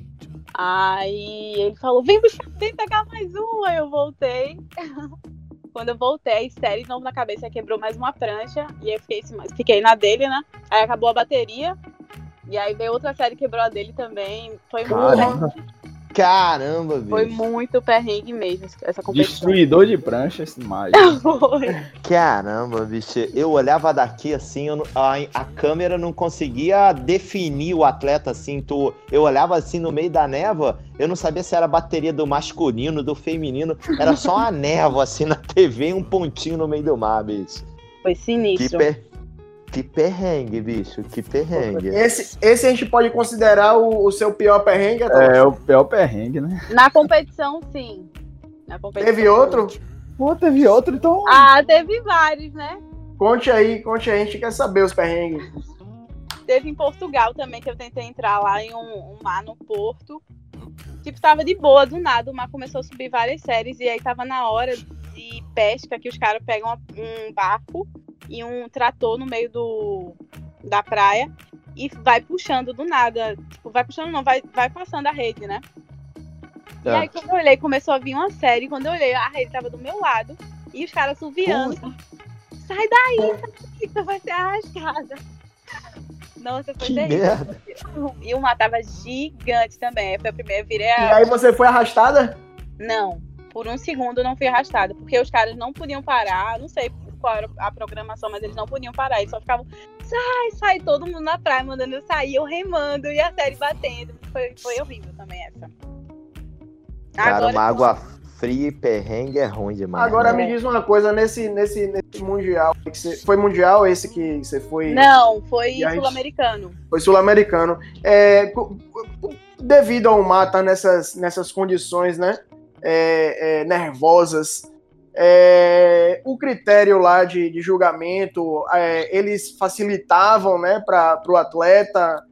S4: Aí ele falou, vem buscar, vem pegar mais uma. Aí eu voltei. Quando eu voltei, série de novo na cabeça, quebrou mais uma prancha. E aí eu fiquei, fiquei na dele, né? Aí acabou a bateria. E aí veio outra série, quebrou a dele também. Foi
S3: Caramba.
S4: muito,
S2: Caramba, bicho.
S4: foi muito perrengue mesmo essa competição.
S3: Destruidor de pranchas, mágico.
S4: Foi.
S2: Caramba, bicho. Eu olhava daqui assim, eu não- a, a câmera não conseguia definir o atleta assim. Tu, eu olhava assim no meio da névoa, eu não sabia se era a bateria do masculino, do feminino. Era só uma névoa assim na T V e um pontinho no meio do mar, bicho.
S4: Foi
S2: Que,
S4: sinistro.
S2: per... que perrengue, bicho. Que perrengue.
S1: Esse, esse a gente pode considerar o, o seu pior perrengue, Atalanta?
S3: É o pior perrengue, né?
S4: Na competição, sim. Na competição,
S1: Teve outro?
S3: Pô, teve outro, então.
S4: Ah, teve vários, né?
S1: Conte aí, conte aí, a gente quer saber os perrengues.
S4: Teve em Portugal também, que eu tentei entrar lá em um, um mar no porto. Tipo, tava de boa, do nada, o mar começou a subir várias séries, e aí tava na hora de pesca, que os caras pegam uma- um barco e um trator no meio do, da praia e vai puxando do nada. Tipo, vai puxando não, vai, vai passando a rede, né? E
S2: Ah.
S4: aí, quando eu olhei, começou a vir uma série, quando eu olhei, a rede tava do meu lado, e os caras subiando. Sai daí, sai daí, tu vai ser arrastada. Nossa, foi
S2: Que
S4: terrível.
S2: merda.
S4: E o mar tava gigante também. Foi a primeira, eu virei
S1: E
S4: a...
S1: aí você foi arrastada?
S4: Não, por um segundo eu não fui arrastada, porque os caras não podiam parar, não sei qual era a programação, mas eles não podiam parar, eles só ficavam, sai, sai, todo mundo na praia, mandando eu sair, eu remando, e a série batendo. Foi, foi horrível também essa.
S2: Cara, uma
S4: Agora,
S2: água fria e perrengue é ruim demais.
S1: Agora
S2: né?
S1: me diz uma coisa, nesse, nesse, nesse mundial, que você, foi mundial esse que você foi?
S4: não, foi
S1: E aí-
S4: sul-americano.
S1: Foi sul-americano. É, co- co- devido ao mar estar nessas, nessas condições, né, é, é, nervosas, é, o critério lá de, de julgamento, é, eles facilitavam, né, para o atleta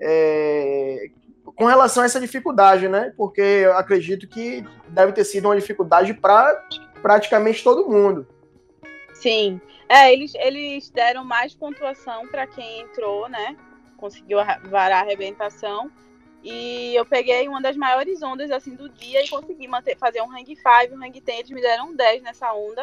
S1: é, com relação a essa dificuldade, né? Porque eu acredito que deve ter sido uma dificuldade para praticamente todo mundo.
S4: Sim. É, eles, eles deram mais pontuação para quem entrou, né? Conseguiu arra- varar a arrebentação. E eu peguei uma das maiores ondas assim do dia e consegui manter, fazer um hang five, um hang ten. Eles me deram um dez nessa onda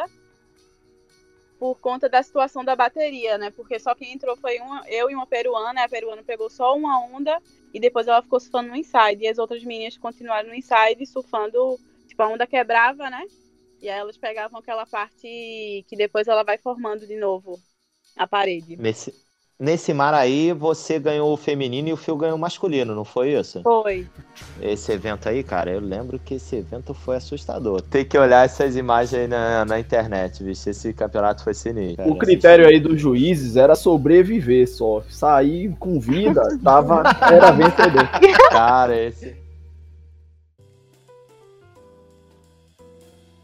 S4: por conta da situação da bateria, né? Porque só quem entrou foi uma, eu e uma peruana. A peruana pegou só uma onda e depois ela ficou surfando no inside. E as outras meninas continuaram no inside surfando, tipo, a onda quebrava, né? E aí elas pegavam aquela parte que depois ela vai formando de novo a parede.
S2: Nesse, nesse mar aí, você ganhou o feminino e o Phil ganhou o masculino, não foi isso?
S4: Foi.
S2: Esse evento aí, cara, eu lembro que esse evento foi assustador. Tem que olhar essas imagens aí na, na internet, bicho. Esse campeonato foi sinistro.
S3: O critério aí dos juízes era sobreviver só. Sair com vida, tava, era vencedor.
S2: Cara, esse...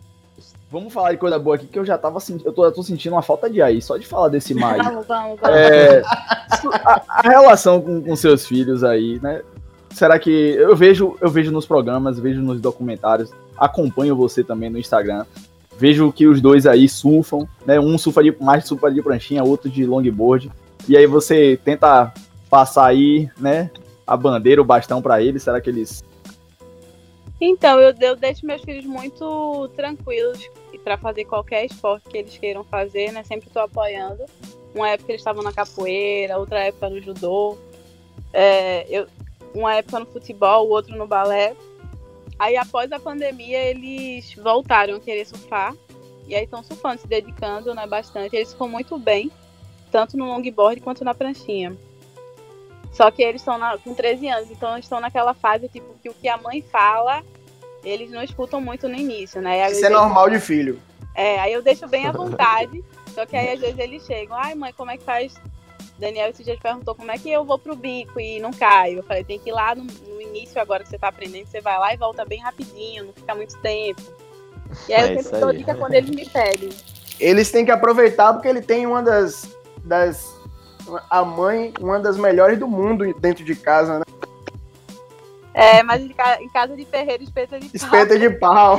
S2: Santos.
S3: Vamos falar de coisa boa aqui, que eu já tava sentindo. Eu tô, eu tô sentindo uma falta de ar aí, só de falar desse mar aí.
S4: Vamos, vamos, vamos.
S3: É, a, a relação com, com seus filhos aí, né? Será que. Eu vejo, eu vejo nos programas, vejo nos documentários, acompanho você também no Instagram. Vejo que os dois aí surfam, né? Um surfa de, mais surfa de pranchinha, outro de longboard. E aí você tenta passar aí, né? A bandeira, o bastão pra eles. Será que eles...
S4: Então, eu, eu deixo meus filhos muito tranquilos para fazer qualquer esporte que eles queiram fazer, né? Sempre estou apoiando. Uma época eles estavam na capoeira, outra época no judô. É, eu, uma época no futebol, outro no balé. Aí, após a pandemia, eles voltaram a querer surfar. E aí estão surfando, se dedicando, né, bastante. Eles ficam muito bem, tanto no longboard quanto na pranchinha. Só que eles estão com treze anos, então eles estão naquela fase, tipo, que o que a mãe fala, eles não escutam muito no início, né?
S1: Isso é normal de filho.
S4: É, aí eu deixo bem à vontade, só que aí às vezes eles chegam, ai mãe, como é que faz? Daniel esse dia perguntou como é que eu vou pro bico e não caio. Eu falei, tem que ir lá no, no início, agora que você tá aprendendo, você vai lá e volta bem rapidinho, não fica muito tempo. E aí
S2: É
S4: eu sempre dou dica quando eles me pedem.
S1: Eles têm que aproveitar porque ele tem uma das... das... a mãe, uma das melhores do mundo dentro de casa, né?
S4: É, mas em casa de ferreiro, espeta de pau.
S1: Espeta de pau.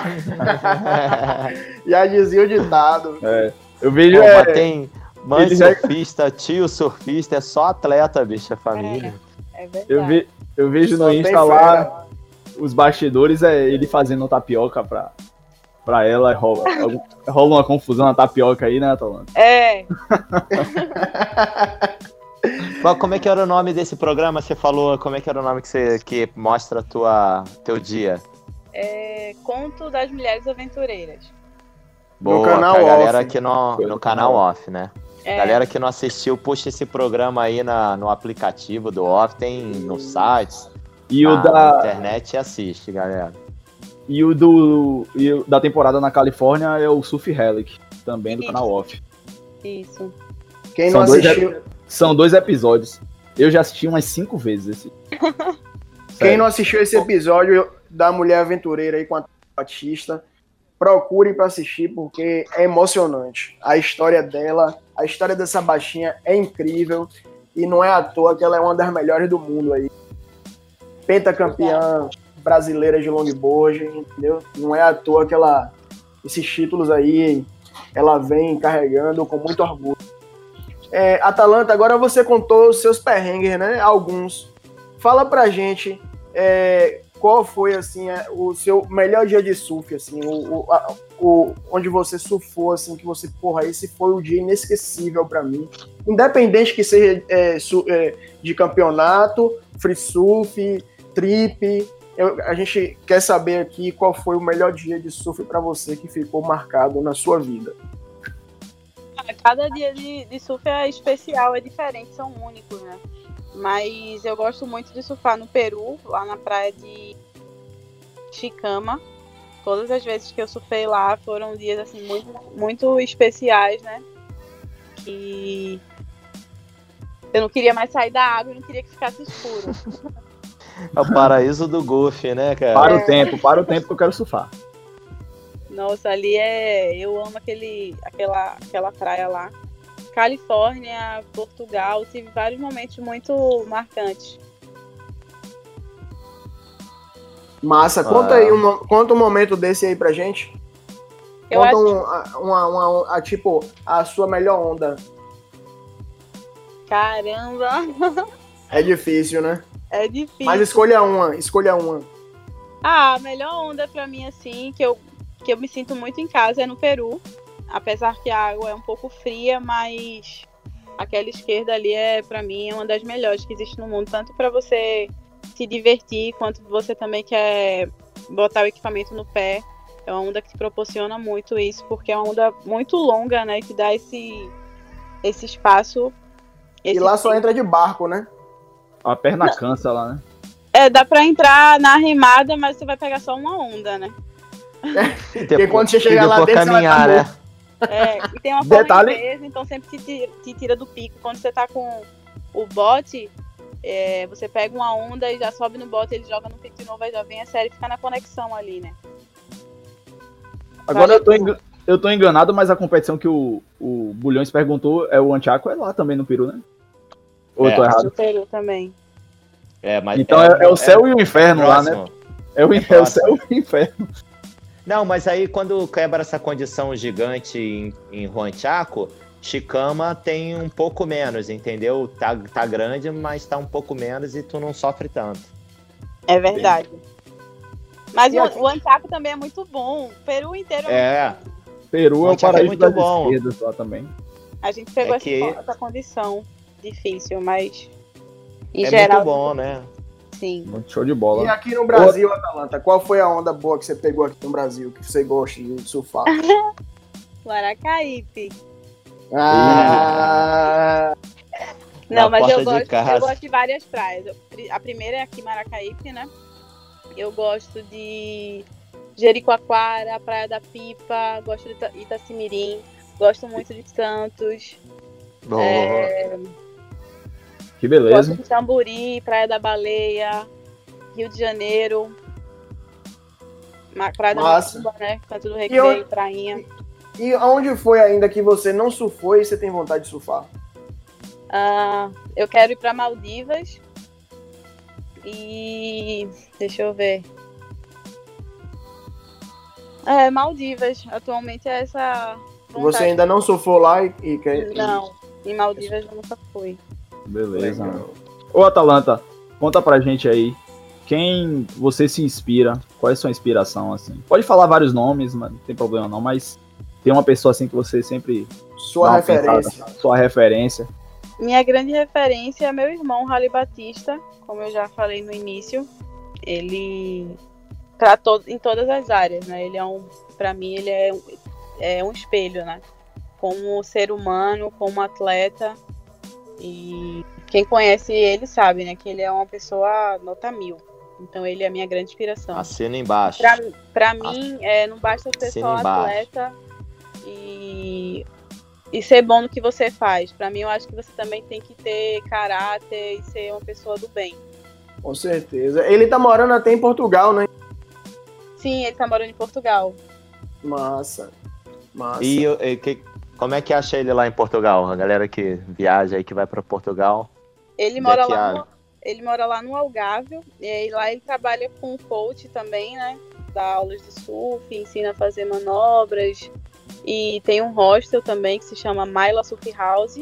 S1: Já dizia o ditado.
S3: É, eu vejo...
S2: Pô,
S3: é,
S2: tem mãe
S3: ele já-
S2: surfista, tio surfista, é só atleta, bicho, a família.
S4: É verdade.
S3: eu, ve, eu vejo
S1: Só
S3: no
S1: tem
S3: Insta
S1: fera.
S3: lá, os bastidores, é ele fazendo tapioca pra, pra ela. Rola, rola uma confusão na tapioca aí, né, Atalanta?
S4: É,
S2: Qual- Como é que era o nome desse programa? Você falou, como é que era o nome que, você, que mostra a tua, teu dia?
S4: é Conto das Mulheres Aventureiras.
S2: Boa,
S1: canal
S2: pra galera
S1: off.
S2: aqui no, no canal off, né?
S4: É,
S2: Galera que não assistiu, puxa esse programa aí na, no aplicativo do off, tem no site,
S3: E o
S2: na
S3: da...
S2: internet e assiste, galera.
S3: E o do e o da temporada na Califórnia é o Surf Relic, também do
S4: Isso.
S3: canal Off.
S4: isso.
S1: Quem não
S3: São dois
S1: assistiu,
S3: São dois episódios. Eu já assisti umas cinco vezes esse.
S1: quem
S3: Sério.
S1: não assistiu esse episódio da Mulher Aventureira aí com a Batista, procure para assistir porque é emocionante. A história dela, a história dessa baixinha é incrível e não é à toa que ela é uma das melhores do mundo aí. Pentacampeã brasileira de longboard, entendeu? Não é à toa que ela, esses títulos aí, ela vem carregando com muito orgulho. É, Atalanta, agora você contou os seus perrengues, né? Alguns. Fala pra gente é, qual foi, assim, é, o seu melhor dia de surf, assim, o, o, a- o- onde você surfou, assim, que você, porra, esse foi o dia inesquecível pra mim. Independente que seja é, su- é, de campeonato, free surf, trip, eu- a gente quer saber aqui qual foi o melhor dia de surf pra você que ficou marcado na sua vida.
S4: Cada dia de, de surf é especial, é diferente, são únicos, né? Mas eu gosto muito de surfar no Peru, lá na praia de Chicama. Todas as vezes que eu surfei lá foram dias assim muito, muito especiais, né? Que eu não queria mais sair da água, eu não queria que ficasse escuro.
S2: É o paraíso do golfe, né, cara?
S3: Para o tempo, para o tempo que eu quero surfar.
S4: Nossa, ali é. Eu amo aquele, aquela, aquela praia lá. Califórnia, Portugal, tive vários momentos muito marcantes.
S1: Massa, conta
S2: Ah.
S1: aí, um, conta um momento desse aí pra gente.
S4: Eu
S1: Conta
S4: acho
S1: um, a- uma, uma, a, tipo, a sua melhor onda.
S4: Caramba,
S1: É difícil, né?
S4: é difícil.
S1: Mas escolha uma, escolha uma.
S4: Ah, a melhor onda pra mim, assim, que eu, que eu me sinto muito em casa é no Peru. Apesar que a água é um pouco fria, mas aquela esquerda ali é, pra mim, é uma das melhores que existe no mundo. Tanto pra você se divertir, quanto você também quer botar o equipamento no pé. É uma onda que te proporciona muito isso, porque é uma onda muito longa, né? Que dá esse, esse espaço.
S1: E
S4: esse
S1: lá só
S4: tempo.
S1: entra de barco, né?
S3: A perna cansa lá, né?
S4: É, dá pra entrar na remada, mas você vai pegar só uma onda, né?
S2: E
S1: Porque quando você chegar
S2: e
S1: lá
S2: depois
S1: dentro, você vai
S2: caminhar,
S1: tá
S2: né?
S4: É, e tem uma
S3: Detalhe-
S4: correnteza, então sempre te tira, te tira do pico. Quando você tá com o bote, é, você pega uma onda e já sobe no bote, ele joga no pico de novo, aí já vem a série e fica na conexão ali, né?
S3: Agora
S4: Vale
S3: eu tô,
S4: tudo.
S3: engan- eu tô enganado, mas a competição que o, o Bulhões perguntou é o Antiaco, é lá também no Peru, né? Ou eu tô
S2: É.
S3: errado?
S4: Do Peru também.
S2: É, mas
S3: Então é, é o céu
S2: é-
S3: e o inferno
S2: é
S3: lá, né?
S2: próximo.
S3: É o,
S2: É
S3: é o
S2: próximo.
S3: céu e o inferno.
S2: Não, mas aí quando quebra essa condição gigante em, em Huanchaco, Chicama tem um pouco menos, entendeu? Tá, tá grande, mas tá um pouco menos e tu não sofre tanto.
S4: É verdade. Mas
S1: E
S4: o,
S1: aqui-
S4: o Anchaco também é muito bom. O Peru inteiro é,
S2: É.
S4: muito bom.
S3: Peru é o
S2: Antiaco é
S3: paraíso
S2: muito
S3: das
S2: bom.
S3: esquerdas lá também.
S4: A gente pegou
S2: É
S4: essa,
S2: que-
S4: essa condição difícil, mas em
S2: É
S4: geral.
S2: muito bom, né?
S4: Sim.
S3: Muito show de
S1: E
S3: bola.
S1: aqui no Brasil, Atalanta, qual foi a onda boa que você pegou aqui no Brasil, que você gosta de surfar?
S4: Maracaípe.
S1: Ah,
S4: Não,
S2: Na
S4: mas
S2: porta
S4: eu
S2: de
S4: gosto,
S2: casa.
S4: eu gosto de várias praias. Eu- A primeira é aqui em Maracaípe, né? Eu gosto de Jericoacoara, Praia da Pipa, gosto de Ita- Itacimirim, gosto muito de Santos,
S2: É.
S3: Que beleza.
S4: gosto de Tamburi, Praia da Baleia, Rio de Janeiro, Ma- Praia da
S1: Massa.
S4: Macumba, né? Canto do
S1: eu-
S4: Recreio, Prainha.
S1: e onde foi ainda que você não surfou e você tem vontade de surfar?
S4: Ah, eu quero ir para Maldivas e deixa eu ver. É, Maldivas. Atualmente é essa vontade.
S1: Você ainda não surfou lá e, e quer. e-
S4: Não, em Maldivas eu nunca fui.
S3: Beleza.
S1: Legal.
S3: Ô Atalanta, conta pra gente aí. Quem você se inspira? Qual é a sua inspiração, assim? Pode falar vários nomes, mas não tem problema não, mas tem uma pessoa assim que você sempre
S1: Sua
S3: dá uma
S1: referência.
S3: pensada, sua referência.
S4: Minha grande referência é meu irmão, Rally Batista, como eu já falei no início. Ele pra to- em todas as áreas, né? Ele é um, para mim ele é um, é um espelho, né? Como ser humano, como atleta. E quem conhece ele sabe, né? Que ele é uma pessoa nota mil. Então ele é a minha grande inspiração.
S2: Assina embaixo.
S4: Pra, pra mim, é, não basta ser
S2: Assina
S4: só
S2: embaixo.
S4: atleta e, e ser bom no que você faz. Pra mim, eu acho que você também tem que ter caráter e ser uma pessoa do bem.
S1: Com certeza. Ele tá morando até em Portugal, né?
S4: Sim, ele tá morando em Portugal.
S1: Massa. Massa.
S2: E, e que- como é que acha ele lá em Portugal? A galera que viaja aí, que vai pra Portugal.
S4: Ele
S2: Onde
S4: mora
S2: é que
S4: lá
S2: há?
S4: no, ele mora lá no Algarve. E aí lá ele trabalha com coach também, né? Dá aulas de surf, ensina a fazer manobras. E tem um hostel também que se chama Maila Surf House.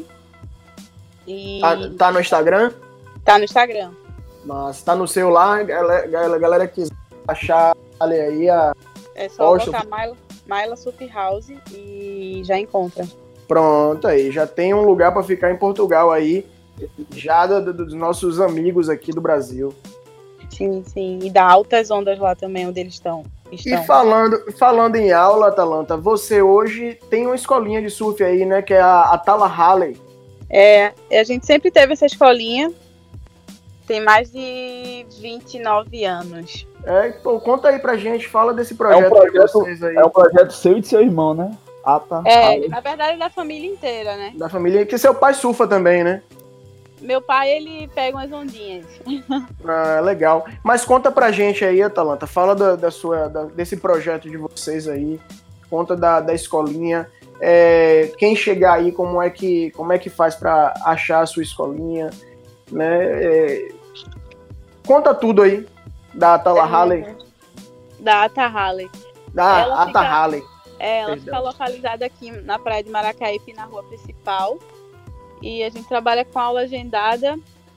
S4: E
S1: Tá, tá no Instagram?
S4: tá no Instagram.
S1: Mas tá no seu lá, galera, galera, galera que quiser achar ali aí a.
S4: É só
S1: Hostel.
S4: botar Maila, Maila Surf House e já encontra.
S1: Pronto aí, já tem um lugar para ficar em Portugal aí, já do- do- dos nossos amigos aqui do Brasil.
S4: Sim, sim. E dá altas ondas lá também, onde eles estão.
S1: E
S4: estão.
S1: falando, falando em aula, Atalanta, você hoje tem uma escolinha de surf aí, né, que é a, a Tala Halley.
S4: É, a gente sempre teve essa escolinha. Tem mais de vinte e nove anos.
S1: É, então conta aí pra gente, fala desse
S3: É
S1: projeto,
S3: um projeto,
S1: de vocês aí,
S3: é um projeto seu e de seu irmão, né? Ata.
S4: É, na verdade, da família inteira, né?
S1: da família, que seu pai surfa também, né?
S4: Meu pai, ele pega umas ondinhas.
S1: Ah, legal. Mas conta pra gente aí, Atalanta, fala da, da sua, da- desse projeto de vocês aí, conta da, da escolinha, é, quem chegar aí, como é que, como é que faz pra achar a sua escolinha, né? É, conta tudo aí da Tala Halley,
S4: Da Ata Halley.
S1: da
S4: Ela
S1: Ata
S4: fica-
S1: Halley.
S4: É, ela
S1: Perdão.
S4: fica localizada aqui na praia de Maracaípe, na rua principal. E a gente trabalha com aula agendada.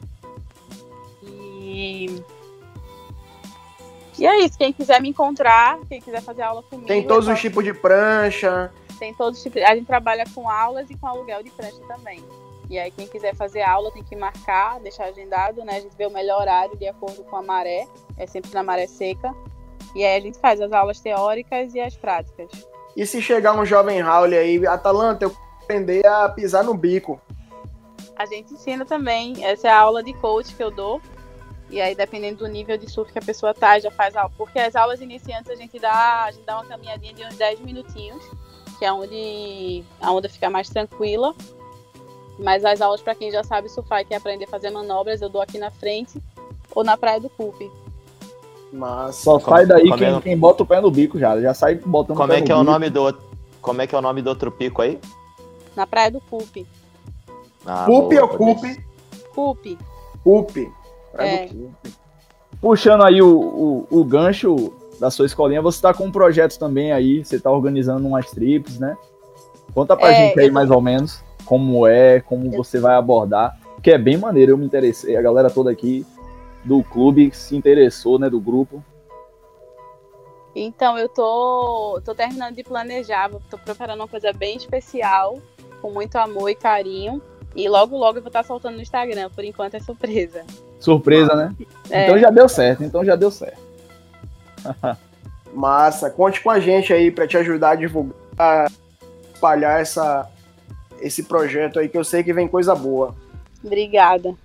S4: E... E é isso. Quem quiser me encontrar, quem quiser fazer aula comigo...
S1: Tem todos
S4: é
S1: os
S4: só-
S1: tipos de prancha.
S4: Tem todos os tipos. A gente trabalha com aulas e com aluguel de prancha também. E aí quem quiser fazer aula tem que marcar, deixar agendado, né? A gente vê o melhor horário de acordo com a maré. É sempre na maré seca. E aí a gente faz as aulas teóricas e as práticas.
S1: E se chegar um jovem Howley aí, Atalanta, eu quero aprender a pisar no bico.
S4: A gente ensina também. Essa é a aula de coach que eu dou. E aí, dependendo do nível de surf que a pessoa tá, já faz aula. Porque as aulas iniciantes a gente dá, a gente dá uma caminhadinha de uns dez minutinhos, que é onde a onda fica mais tranquila. Mas as aulas para quem já sabe surfar e quer aprender a fazer manobras, eu dou aqui na frente ou na Praia do Cupe.
S1: Mas
S3: Só sai daí
S2: como
S3: quem,
S2: é-
S3: quem bota o pé no bico já. Já sai botando
S2: Como
S3: o pé
S2: é
S3: no
S2: que é o
S3: bico.
S2: nome do outro? Como é que é o nome do outro pico aí?
S4: Na Praia do Cupe.
S2: Ah,
S1: Pupi
S2: boa,
S1: ou
S2: vou
S1: Cupe?
S4: Cupe.
S1: Cupe.
S4: É.
S3: Puxando aí o, o, o gancho da sua escolinha, você tá com um projeto também aí, você tá organizando umas trips, né? Conta pra
S4: É,
S3: gente aí
S4: eu tô-
S3: mais ou menos como é, como você vai abordar, que é bem maneiro, eu me interessei, a galera toda aqui do clube se interessou, né, do grupo.
S4: Então, eu tô, tô terminando de planejar, tô preparando uma coisa bem especial, com muito amor e carinho. E logo, logo eu vou estar soltando no Instagram, por enquanto é surpresa.
S3: Surpresa, né?
S4: É.
S3: Então já deu certo, então já deu certo.
S1: Massa. Conte com a gente aí pra te ajudar a divulgar, a espalhar essa, esse projeto aí, que eu sei que vem coisa boa.
S4: Obrigada.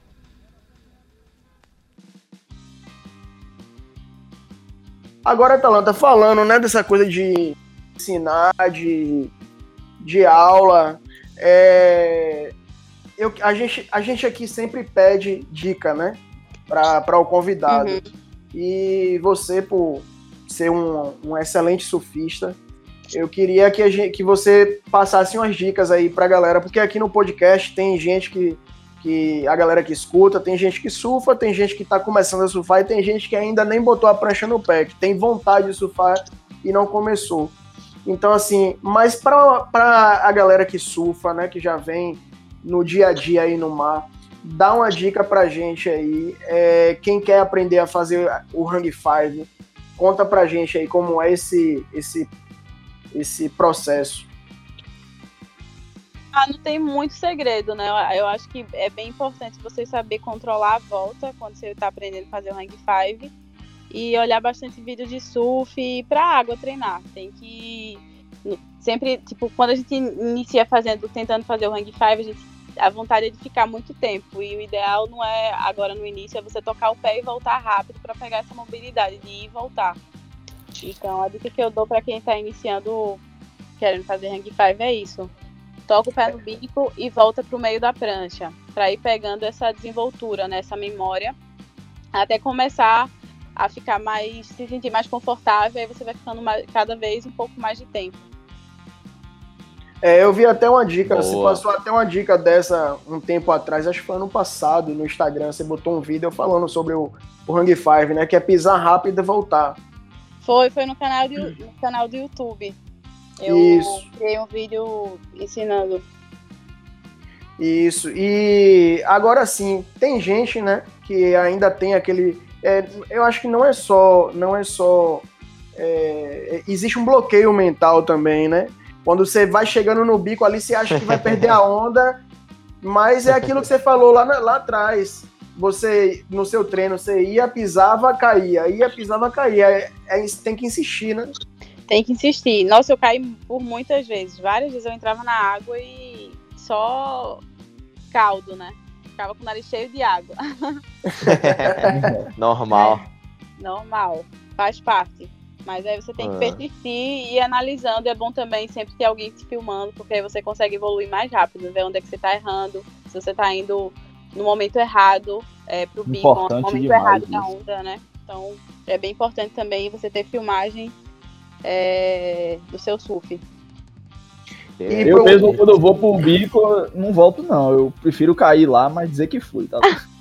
S1: Agora, Atalanta, falando, né, dessa coisa de ensinar, de, de aula, é, eu, a, gente, a gente aqui sempre pede dica, né, para o convidado.
S4: Uhum.
S1: E você, por ser um, um excelente surfista, eu queria que, a gente, que você passasse umas dicas aí pra galera, porque aqui no podcast tem gente que, que a galera que escuta, tem gente que surfa, tem gente que tá começando a surfar e tem gente que ainda nem botou a prancha no pé, que tem vontade de surfar e não começou. Então, assim, mas pra, pra a galera que surfa, né, que já vem no dia a dia aí no mar, dá uma dica pra gente aí, é, quem quer aprender a fazer o Hang Five, conta pra gente aí como é esse, esse, esse processo.
S4: Ah, não tem muito segredo, né? Eu, eu acho que é bem importante você saber controlar a volta quando você está aprendendo a fazer o Hang Five e olhar bastante vídeo de surf e para água treinar. Tem que sempre, tipo, quando a gente inicia fazendo, tentando fazer o Hang Five, a, gente, a vontade é de ficar muito tempo e o ideal não é agora no início, é você tocar o pé e voltar rápido para pegar essa mobilidade de ir e voltar. Então, a dica que eu dou para quem está iniciando, querendo fazer Hang Five é isso. Toca o pé no bico e volta para o meio da prancha, para ir pegando essa desenvoltura, né, essa memória, até começar a ficar mais, se sentir mais confortável, aí você vai ficando mais, cada vez um pouco mais de tempo.
S1: É, eu vi até uma dica,
S2: Boa.
S1: você passou até uma dica dessa um tempo atrás, acho que foi ano passado, no Instagram, você botou um vídeo falando sobre o, o Hang Five, né, que é pisar rápido e voltar.
S4: Foi, foi no canal, de, no canal do YouTube. Eu
S1: Isso.
S4: criei um vídeo ensinando.
S1: Isso. E agora sim, tem gente, né, que ainda tem aquele. É, eu acho que não é só. Não é só. É, existe um bloqueio mental também, né? Quando você vai chegando no bico ali, você acha que vai perder a onda, mas é aquilo que você falou lá, lá atrás. Você, no seu treino, você ia, pisava, caía, ia, pisava, caía. É, é, tem que insistir, né?
S4: Tem que insistir. Nossa, eu caí por muitas vezes. Várias vezes eu entrava na água e só caldo, né? Ficava com o nariz cheio de água.
S2: Normal.
S4: Normal. Faz parte. Mas aí você tem que
S2: Ah.
S4: persistir e ir analisando. É bom também sempre ter alguém te filmando, porque aí você consegue evoluir mais rápido, ver onde é que você tá errando, se você tá indo no momento errado, é, pro bico, no
S3: Importante
S4: momento
S3: demais
S4: errado da
S3: isso.
S4: onda, né? Então é bem importante também você ter filmagem é, do seu surf.
S1: E
S3: Eu
S1: pro-
S3: mesmo, quando eu vou pro bico, eu não volto não. Eu prefiro cair lá, mas dizer que fui, tá?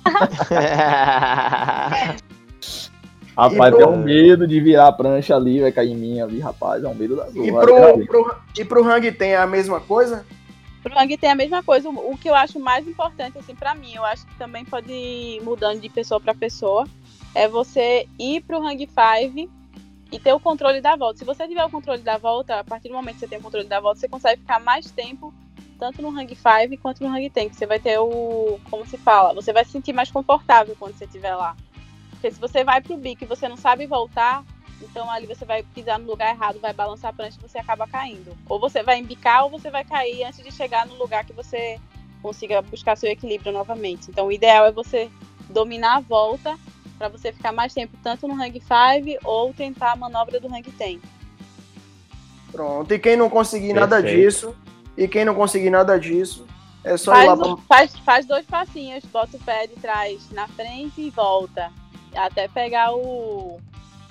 S3: Rapaz,
S1: E pro-
S3: tem um medo de virar a prancha ali, vai cair em mim ali, rapaz. É um medo da
S1: E
S3: zorra.
S1: pro, pro, e pro Hang tem a mesma coisa?
S4: Pro Hang tem a mesma coisa. O que eu acho mais importante, assim, pra mim, eu acho que também pode ir mudando de pessoa pra pessoa, é você ir pro Hang Five e ter o controle da volta. Se você tiver o controle da volta, a partir do momento que você tem o controle da volta, você consegue ficar mais tempo, tanto no Hang Five quanto no Hang Ten, que você vai ter o, como se fala, você vai se sentir mais confortável quando você estiver lá. Porque se você vai pro bico e você não sabe voltar, então ali você vai pisar no lugar errado, vai balançar a prancha e você acaba caindo. Ou você vai embicar ou você vai cair antes de chegar no lugar que você consiga buscar seu equilíbrio novamente. Então o ideal é você dominar a volta para você ficar mais tempo tanto no Hang Five ou tentar a manobra do Hang Ten.
S1: Pronto. E quem não conseguir nada
S2: Perfeito.
S1: disso, e quem não conseguir nada disso, é só ir
S4: Faz,
S1: lá
S4: do-
S1: pra...
S4: faz, faz dois passinhos, bota o pé de trás na frente e volta. Até pegar o,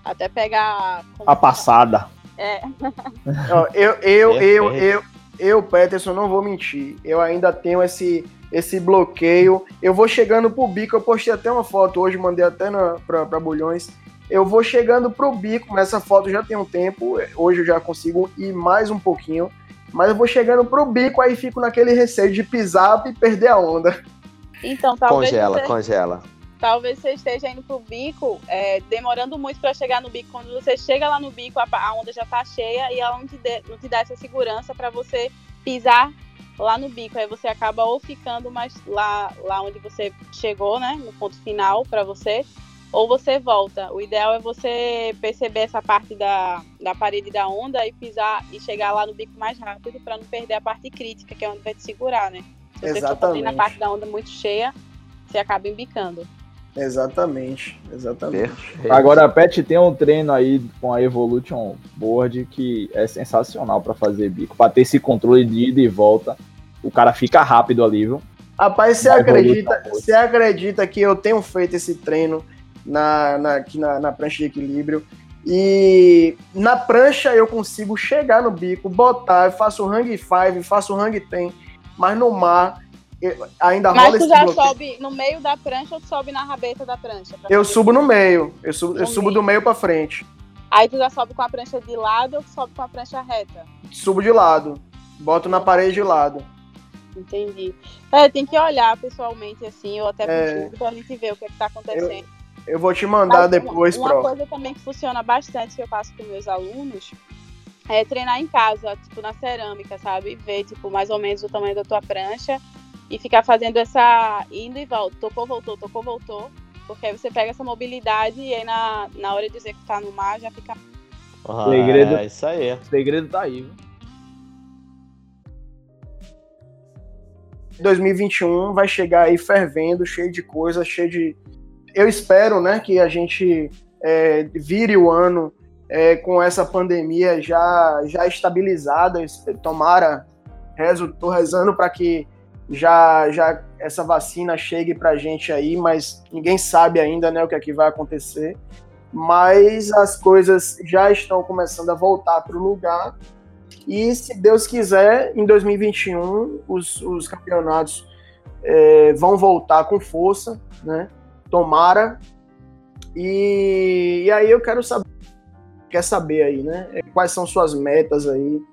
S4: Até pegar...
S3: A passada.
S4: É.
S1: Ó, eu, eu, eu, eu, eu, Peterson, não vou mentir. Eu ainda tenho esse, esse bloqueio. Eu vou chegando pro bico. Eu postei até uma foto hoje, mandei até na, pra, pra Bulhões. Eu vou chegando pro bico, mas essa foto já tem um tempo. Hoje eu já consigo ir mais um pouquinho. Mas eu vou chegando pro bico, aí fico naquele receio de pisar e perder a onda.
S4: Então, talvez
S2: Congela,
S4: você,
S2: congela.
S4: talvez você esteja indo pro bico, é, demorando muito para chegar no bico. Quando você chega lá no bico, a, a onda já tá cheia e ela não te, de, não te dá essa segurança para você pisar lá no bico. Aí você acaba ou ficando mais lá, lá onde você chegou, né, no ponto final para você, ou você volta. O ideal é você perceber essa parte da, da parede da onda e pisar e chegar lá no bico mais rápido para não perder a parte crítica, que é onde vai te segurar, né? Se você for também na parte da onda muito cheia, você acaba embicando.
S1: Exatamente, exatamente.
S2: Perfeito.
S3: Agora, Pet, tem um treino aí com a Evolution Board que é sensacional pra fazer bico. Pra ter esse controle de ida e volta, o cara fica rápido ali, viu?
S1: Rapaz, você
S3: Vai
S1: acredita,
S3: evoluir,
S1: você acredita que eu tenho feito esse treino na, na, aqui na, na prancha de equilíbrio e na prancha eu consigo chegar no bico, botar, eu faço hang five, faço hang ten, mas no mar eu, ainda
S4: Mas
S1: rola
S4: tu
S1: esse
S4: já
S1: bloqueio.
S4: sobe no meio da prancha ou tu sobe na rabeta da prancha?
S1: Eu subo no meio, eu subo, eu
S4: No
S1: subo
S4: meio.
S1: do meio pra frente,
S4: Aí tu já sobe com a prancha de lado ou tu sobe com a prancha reta?
S1: subo de lado, boto na parede de lado.
S4: Entendi. É, tem que olhar pessoalmente assim, ou até
S1: É.
S4: contigo, pra gente ver o que, é que tá acontecendo.
S1: Eu vou te mandar
S4: Mas
S1: depois,
S4: uma,
S1: Pro.
S4: uma coisa também que funciona bastante, que eu faço com meus alunos, é treinar em casa, tipo, na cerâmica, sabe? Ver, tipo, mais ou menos o tamanho da tua prancha e ficar fazendo essa indo e volta, tocou, voltou, tocou, voltou, porque aí você pega essa mobilidade e aí na, na hora de executar no mar já fica...
S2: Ah,
S3: Segredo.
S2: É isso aí.
S3: O segredo tá aí, viu?
S1: dois mil e vinte e um vai chegar aí fervendo, cheio de coisa, cheio de... Eu espero, né, que a gente é, vire o ano é, com essa pandemia já, já estabilizada. Tomara, rezo, tô rezando para que já, já essa vacina chegue pra gente aí, mas ninguém sabe ainda, né, o que é que vai acontecer. Mas as coisas já estão começando a voltar para o lugar. E, se Deus quiser, em dois mil e vinte e um, os, os campeonatos é, vão voltar com força, né? Tomara. E, e aí eu quero saber, quer saber aí, né? Quais são suas metas aí?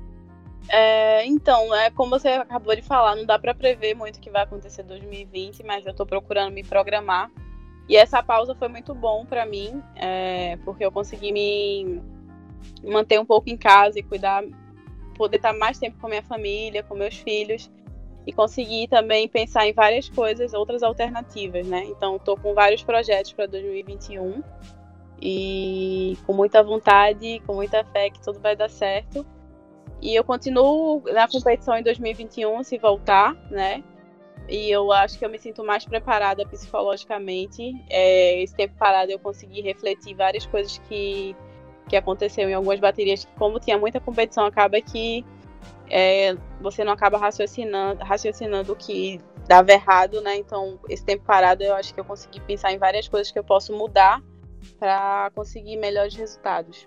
S4: É, então, é como você acabou de falar, não dá para prever muito o que vai acontecer em dois mil e vinte, mas eu tô procurando me programar. E essa pausa foi muito bom para mim, é, porque eu consegui me manter um pouco em casa e cuidar, poder estar mais tempo com a minha família, com meus filhos, e conseguir também pensar em várias coisas, outras alternativas, né? Então, estou com vários projetos para dois mil e vinte e um e com muita vontade, com muita fé que tudo vai dar certo. E eu continuo na competição em dois mil e vinte e um, se voltar, né? E eu acho que eu me sinto mais preparada psicologicamente. É, esse tempo parado eu consegui refletir várias coisas que, que aconteceu em algumas baterias. Como tinha muita competição, acaba que é, você não acaba raciocinando, raciocinando o que dava errado, né? Então, esse tempo parado eu acho que eu consegui pensar em várias coisas que eu posso mudar para conseguir melhores resultados.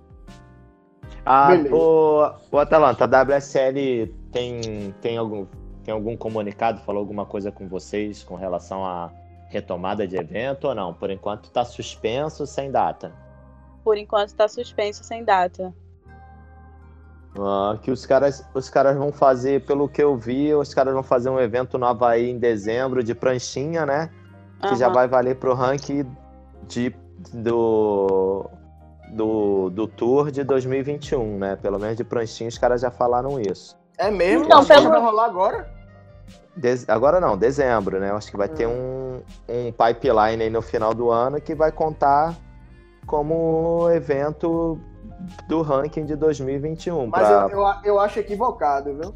S2: Ah,
S1: Beleza.
S2: o, o Atalanta, a W S L tem, tem, algum, tem algum comunicado, falou alguma coisa com vocês com relação à retomada de evento ou não? Por enquanto está suspenso, sem data.
S4: Por enquanto está suspenso, sem data.
S2: Ah, que os caras, os caras vão fazer, pelo que eu vi, os caras vão fazer um evento no Havaí em dezembro de pranchinha, né? Que já
S4: Aham.
S2: vai valer pro ranking de, do, do, do Tour de dois mil e vinte e um, né? Pelo menos de pranchinha os caras já falaram isso.
S1: É mesmo?
S4: Então,
S1: Isso
S4: pelo-
S1: vai rolar agora?
S2: Dez- agora não, dezembro, né? Eu acho que vai ter um, um pipeline aí no final do ano que vai contar como evento do ranking de dois mil e vinte e um.
S1: Mas
S2: pra-
S1: eu, eu, eu acho equivocado, viu?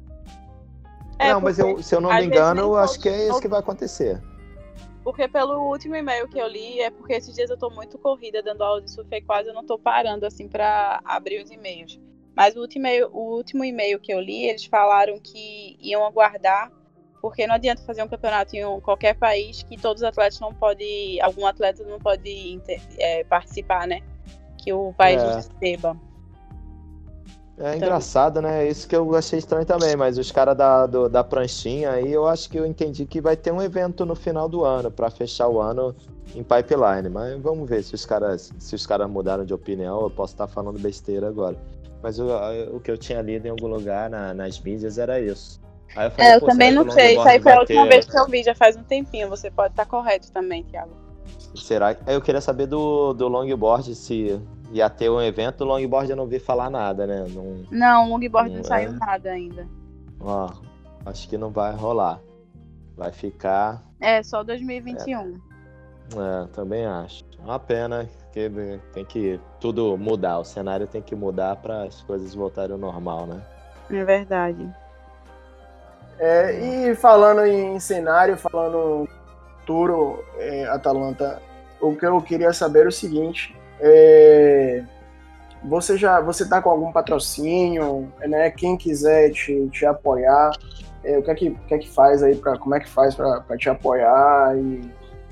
S4: É,
S2: não, mas
S4: porque
S2: eu, se eu não
S4: às
S2: me
S4: vezes
S2: engano,
S4: nem
S2: eu acho
S4: todos-
S2: que é isso que vai acontecer.
S4: Porque pelo último e-mail que eu li, é porque esses dias eu tô muito corrida dando aula de surf e quase eu não tô parando assim pra abrir os e-mails. Mas o último, e-mail, o último e-mail que eu li, eles falaram que iam aguardar Porque não adianta fazer um campeonato em um, qualquer país que todos os atletas não podem, algum atleta não pode inter, é, participar, né? Que o país
S2: É.
S4: não receba.
S2: É engraçado, né? Isso que eu achei estranho também, mas os caras da, do- da pranchinha aí, eu acho que eu entendi que vai ter um evento no final do ano, pra fechar o ano em pipeline. Mas vamos ver se os caras se os caras mudaram de opinião, eu posso estar falando besteira agora. Mas o, o que eu tinha lido em algum lugar na- nas mídias era isso. Aí falei,
S4: É, eu
S2: pô,
S4: também
S2: será
S4: não
S2: que o
S4: sei. Isso aí
S2: longboard
S4: foi a
S2: vai
S4: última
S2: ter-
S4: vez que eu vi, já faz um tempinho. Você pode estar correto também, Thiago.
S2: Será que... Eu queria saber do, do longboard, se ia ter um evento. O longboard eu não vi falar nada, né? Não,
S4: Não, o longboard não
S2: Hum,
S4: saiu
S2: é.
S4: nada ainda.
S2: ó, acho que não vai rolar. Vai ficar...
S4: É, só dois mil e vinte e um.
S2: É, também acho. É uma pena, porque tem que tudo mudar. O cenário tem que mudar para as coisas voltarem ao normal, né?
S4: É verdade.
S1: É, e falando em cenário, falando em futuro, é, Atalanta, o que eu queria saber é o seguinte: é, você já você tá com algum patrocínio, né? Quem quiser te, te apoiar, é, o que é que, o que é que faz aí para como é que faz para te apoiar e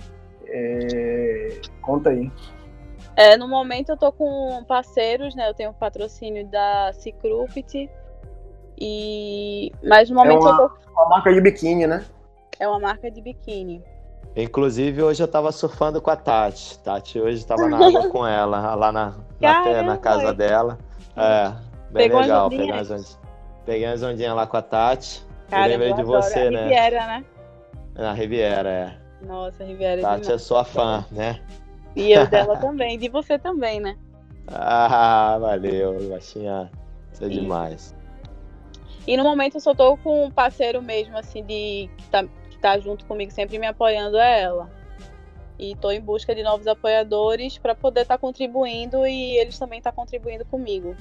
S1: é, conta aí.
S4: É, no momento eu tô com parceiros, né? Eu tenho patrocínio da Cicrupt. E... Mas no momento
S1: É uma-
S4: eu tô...
S1: Uma marca de biquíni, né?
S4: É uma marca de biquíni.
S2: Inclusive, hoje eu tava surfando com a Tati. Tati hoje tava na água com ela, lá na, na,
S4: Caramba!
S2: na casa dela. É, bem
S4: Pegou as
S2: legal.
S4: ondinhas?
S2: Peguei umas ondinhas. Peguei umas ondinhas lá com a Tati.
S4: Cara,
S2: e lembrei
S4: eu
S2: de
S4: adoro.
S2: você,
S4: a
S2: né?
S4: Riviera, né?
S2: Na Riviera, é.
S4: Nossa, a Riviera é
S2: Tati é
S4: demais.
S2: sua fã, né?
S4: E eu dela também. De você também, né?
S2: Ah, valeu, baixinha. Isso é
S4: Isso.
S2: demais.
S4: E no momento eu só tô com um parceiro mesmo, assim, de que tá, que tá junto comigo, sempre me apoiando, é ela. E tô em busca de novos apoiadores para poder estar contribuindo e eles também estão contribuindo comigo.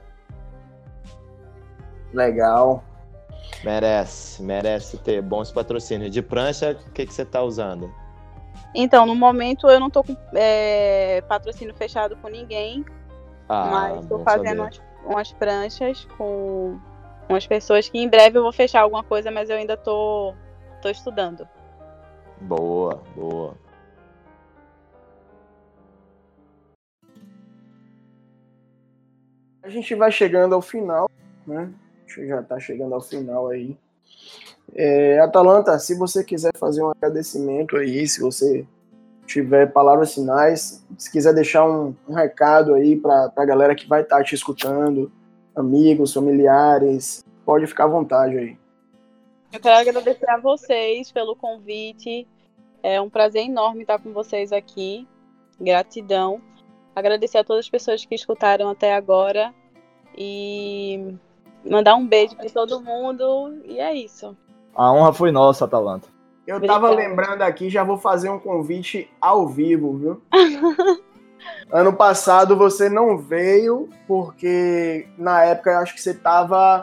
S1: Legal.
S2: Merece, merece ter bons patrocínios. De prancha, o que, que você tá usando?
S4: Então, no momento eu não tô com é, patrocínio fechado com ninguém,
S2: Ah,
S4: mas tô
S2: bom
S4: fazendo
S2: saber.
S4: umas, umas pranchas com umas pessoas que em breve eu vou fechar alguma coisa, mas eu ainda tô, tô estudando.
S2: Boa, boa.
S1: A gente vai chegando ao final, né? A gente já tá chegando ao final aí. É, Atalanta, se você quiser fazer um agradecimento aí, se você tiver palavras finais, se quiser deixar um, um recado aí para a galera que vai estar te escutando, amigos, familiares, pode ficar à vontade aí.
S4: Eu quero agradecer a vocês pelo convite. É um prazer enorme estar com vocês aqui. Gratidão. Agradecer a todas as pessoas que escutaram até agora. E mandar um beijo para todo mundo. E é isso.
S3: A honra foi nossa, Atalanta.
S1: Eu tava
S4: Obrigada.
S1: lembrando aqui, já vou fazer um convite ao vivo, viu? Ano passado você não veio, porque na época eu acho que você tava.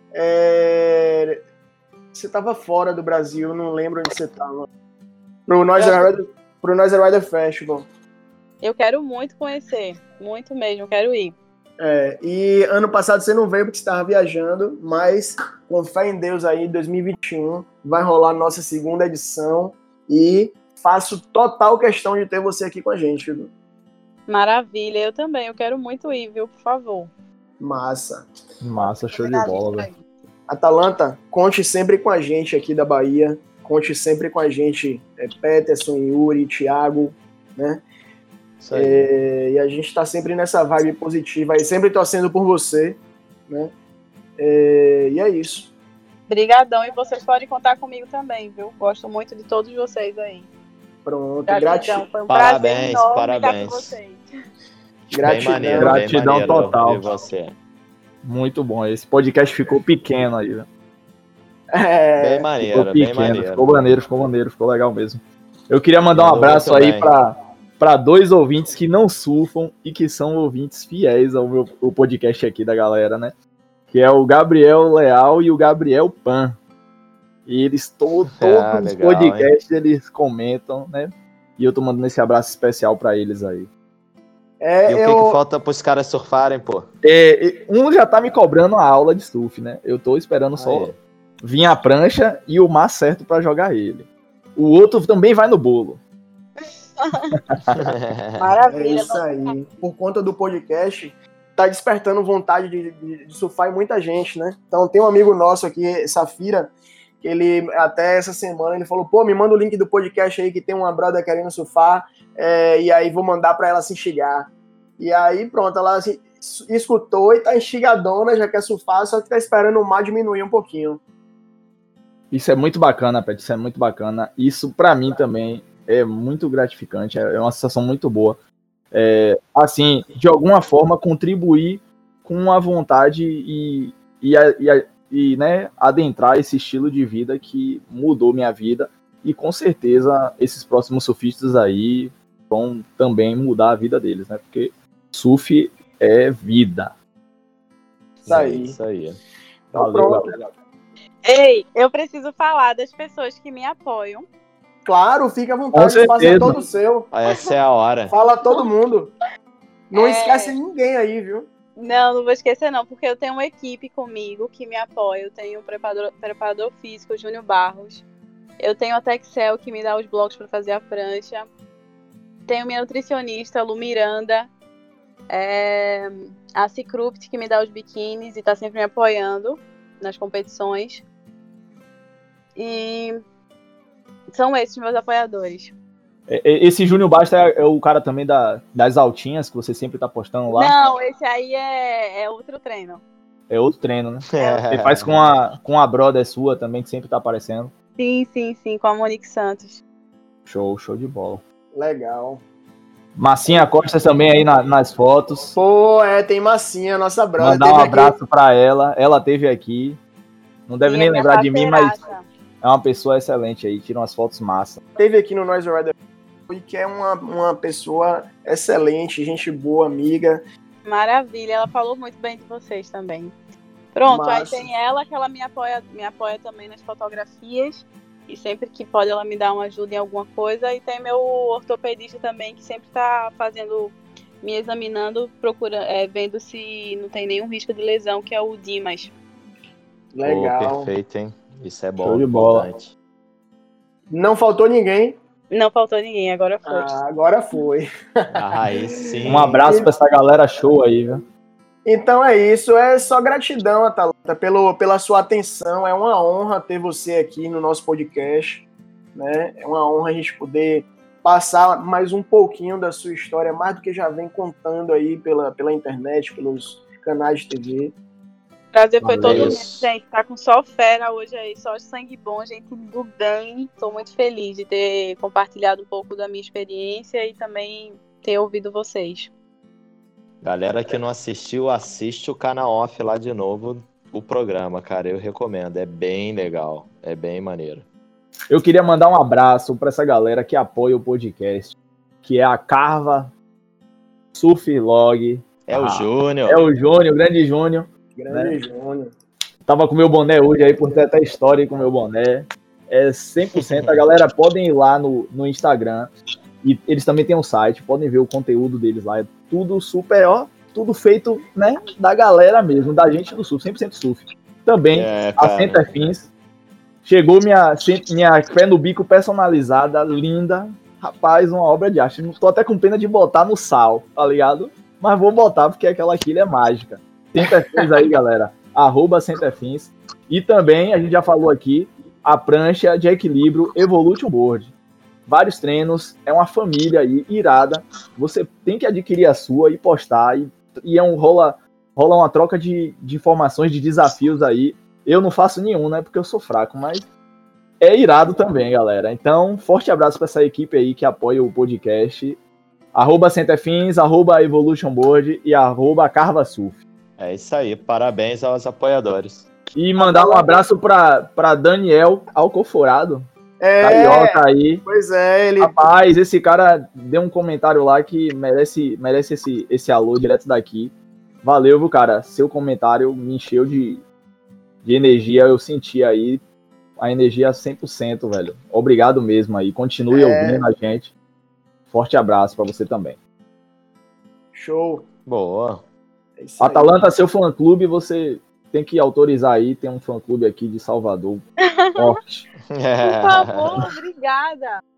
S1: É... Você tava fora do Brasil, não lembro onde você tava. Pro Noise
S4: Eu-
S1: Rider, pro Noise Rider Festival.
S4: Eu quero muito conhecer. Muito mesmo, quero ir.
S1: É, e ano passado você não veio porque você estava viajando, mas com fé em Deus aí, dois mil e vinte e um, vai rolar nossa segunda edição e faço total questão de ter você aqui com a gente, viu?
S4: Maravilha. Eu também. Eu quero muito ir, viu? Por favor.
S1: Massa.
S3: Massa, show de
S4: Combinado
S3: bola,
S4: isso
S3: velho.
S4: aí.
S1: Atalanta, conte sempre com a gente aqui da Bahia, conte sempre com a gente, é, Peterson, Yuri, Thiago, né?
S2: Isso aí.
S1: É, e a gente tá sempre nessa vibe positiva e sempre torcendo por você, né? É, e é isso.
S4: Obrigadão. E vocês podem contar comigo também, viu? Gosto muito de todos vocês aí.
S1: Pronto,
S4: Gratidão.
S1: gratidão.
S4: Foi um
S2: Parabéns,
S4: prazer enorme
S2: parabéns.
S4: estar com vocês.
S2: Bem
S1: Gratidão.
S2: maneiro,
S3: Gratidão
S2: bem maneiro
S3: total.
S2: ouvir você.
S3: Muito bom. Esse podcast ficou pequeno aí, velho.
S1: É,
S2: Bem
S3: Ficou
S2: maneiro, bem
S3: pequeno,
S2: maneiro.
S3: ficou maneiro, ficou maneiro, ficou legal mesmo. Eu queria mandar um
S2: Mandou
S3: abraço
S2: muito
S3: aí
S2: bem.
S3: para para dois ouvintes que não surfam e que são ouvintes fiéis ao meu ao podcast aqui da galera, né? Que é o Gabriel Leal e o Gabriel Pan. E eles to, todos
S2: Ah,
S3: os
S2: legal,
S3: podcasts eles comentam, né? E eu tô mandando esse abraço especial para eles aí.
S1: é,
S2: E o que,
S1: eu,
S2: que falta pros caras surfarem, pô?
S3: É, um já tá me cobrando a aula de surf, né? Eu tô esperando só
S2: Aí.
S3: vinha a prancha e o mar certo pra jogar ele. O outro também vai no bolo.
S4: Maravilha.
S1: É isso aí. Por conta do podcast, tá despertando vontade de, de, de surfar em muita gente, né? Então tem um amigo nosso aqui, Safira, que ele, até essa semana, ele falou, pô, me manda o link do podcast aí que tem uma brother querendo surfar, é, e aí vou mandar pra ela se instigar. E aí, pronto, ela assim, escutou e tá instigadona, já quer surfar, só que tá esperando o mar diminuir um pouquinho.
S3: Isso é muito bacana, Pet, isso é muito bacana. Isso, pra mim, também é muito gratificante, é uma sensação muito boa. É, assim, de alguma forma, contribuir com a vontade e, e, a, e, a, e né, adentrar esse estilo de vida que mudou minha vida. E, com certeza, esses próximos surfistas aí vão também mudar a vida deles, né? Porque surf é vida.
S1: Isso aí.
S2: Isso aí.
S1: Então,
S3: Valeu,
S1: pronto.
S3: galera.
S4: Ei, eu preciso falar das pessoas que me apoiam.
S1: Claro, fica à
S3: Com
S1: vontade, o espaço é
S3: certeza.
S1: todo seu.
S2: Essa é a hora.
S1: Fala todo mundo. Não
S4: É.
S1: esquece ninguém aí, viu?
S4: Não, não vou esquecer não, porque eu tenho uma equipe comigo que me apoia. Eu tenho o preparador, preparador físico, Júnior Barros. Eu tenho a Texel, que me dá os blocos para fazer a prancha. Tenho minha nutricionista, Lu Miranda. É, a Cicrupt, que me dá os biquínis e tá sempre me apoiando nas competições. E são esses meus apoiadores.
S3: Esse Júnior Basta é, é o cara também da, das altinhas, que você sempre tá postando lá.
S4: Não, esse aí é, é outro treino.
S3: É outro treino, né?
S2: É.
S3: Ele faz com a, com a brother sua também, que sempre tá aparecendo.
S4: Sim, sim, sim, com a Monique Santos.
S3: Show, show de bola.
S1: Legal.
S3: Marcinha Costa também aí na- nas fotos.
S1: Pô, é, tem Massinha, nossa brother.
S3: Mandar um
S1: teve aqui-
S3: abraço pra ela. Ela teve aqui. Não deve
S4: Sim,
S3: nem
S4: é minha
S3: lembrar de mim, mas
S4: parceiraça.
S3: é uma pessoa excelente aí. Tira umas fotos massa.
S1: teve aqui no Noise Rider e que é uma, uma pessoa excelente, gente boa, amiga.
S4: Maravilha, ela falou muito bem de vocês também. Pronto, aí
S1: Massa.
S4: tem ela que ela me apoia, me apoia também nas fotografias. E sempre que pode ela me dá uma ajuda em alguma coisa. E tem meu ortopedista também, que sempre tá fazendo, me examinando, procurando, é, vendo se não tem nenhum risco de lesão, que é o Dimas.
S1: Legal.
S2: Pô, perfeito, hein? Isso é bom.
S3: Show de bola.
S2: importante.
S1: Não faltou ninguém.
S4: Não faltou ninguém, agora foi.
S1: Ah, agora foi.
S2: Ah, aí sim.
S3: Um abraço pra essa galera show aí, viu?
S1: Então é isso, é só gratidão, Atalanta, pelo, pela sua atenção. É uma honra ter você aqui no nosso podcast, né? É uma honra a gente poder passar mais um pouquinho da sua história, mais do que já vem contando aí pela, pela internet, pelos canais de T V.
S4: Prazer foi todo
S2: Valeu.
S4: meu, gente. Tá com só fera hoje aí, só sangue bom, gente do bem. Tô muito feliz de ter compartilhado um pouco da minha experiência e também ter ouvido vocês.
S2: Galera que não assistiu, assiste o canal off lá de novo, o programa, cara. Eu recomendo. É bem legal. É bem maneiro.
S3: Eu queria mandar um abraço pra essa galera que apoia o podcast, que é a Carva, Surf Log.
S2: É o
S3: Ah,
S2: Júnior.
S3: É o Júnior, o grande Júnior.
S1: Grande Júnior.
S3: Tava com meu boné hoje aí, por ter até história com meu boné. É cem por cento. A galera podem ir lá no, no Instagram. E eles também têm um site, podem ver o conteúdo deles lá. É tudo super, ó, tudo feito, né, da galera mesmo, da gente do surf, cem por cento surf. Também,
S2: É,
S3: a
S2: cara.
S3: Center Fins. Chegou minha, minha pé no bico personalizada, linda. Rapaz, uma obra de arte. Tô até com pena de botar no sal, tá ligado? Mas vou botar porque aquela quilha é mágica. Center Fins aí, galera. Arroba Center Fins. E também, a gente já falou aqui, a prancha de equilíbrio Evolution Board. Vários treinos, é uma família aí, irada. Você tem que adquirir a sua e postar. E, e é um, rola, rola uma troca de, de informações, de desafios aí. Eu não faço nenhum, né? Porque eu sou fraco, mas é irado também, galera. Então, forte abraço para essa equipe aí que apoia o podcast. Arroba Centerfins, arroba Evolution Board e arroba Carva Surf.
S2: É isso aí. Parabéns aos apoiadores.
S3: E mandar um abraço para Daniel Alcoforado.
S1: É,
S3: Carioca aí.
S1: pois é, ele
S3: Rapaz, esse cara deu um comentário lá que merece, merece esse, esse alô direto daqui. Valeu, viu, cara? Seu comentário me encheu de, de energia. Eu senti aí a energia cem por cento, velho. Obrigado mesmo aí. Continue
S1: É.
S3: ouvindo a gente. Forte abraço pra você também.
S1: show.
S2: Boa.
S1: É isso aí.
S3: Atalanta, seu fã-clube, você tem que autorizar aí, tem um fã-clube aqui de Salvador. Forte.
S4: Por favor, obrigada.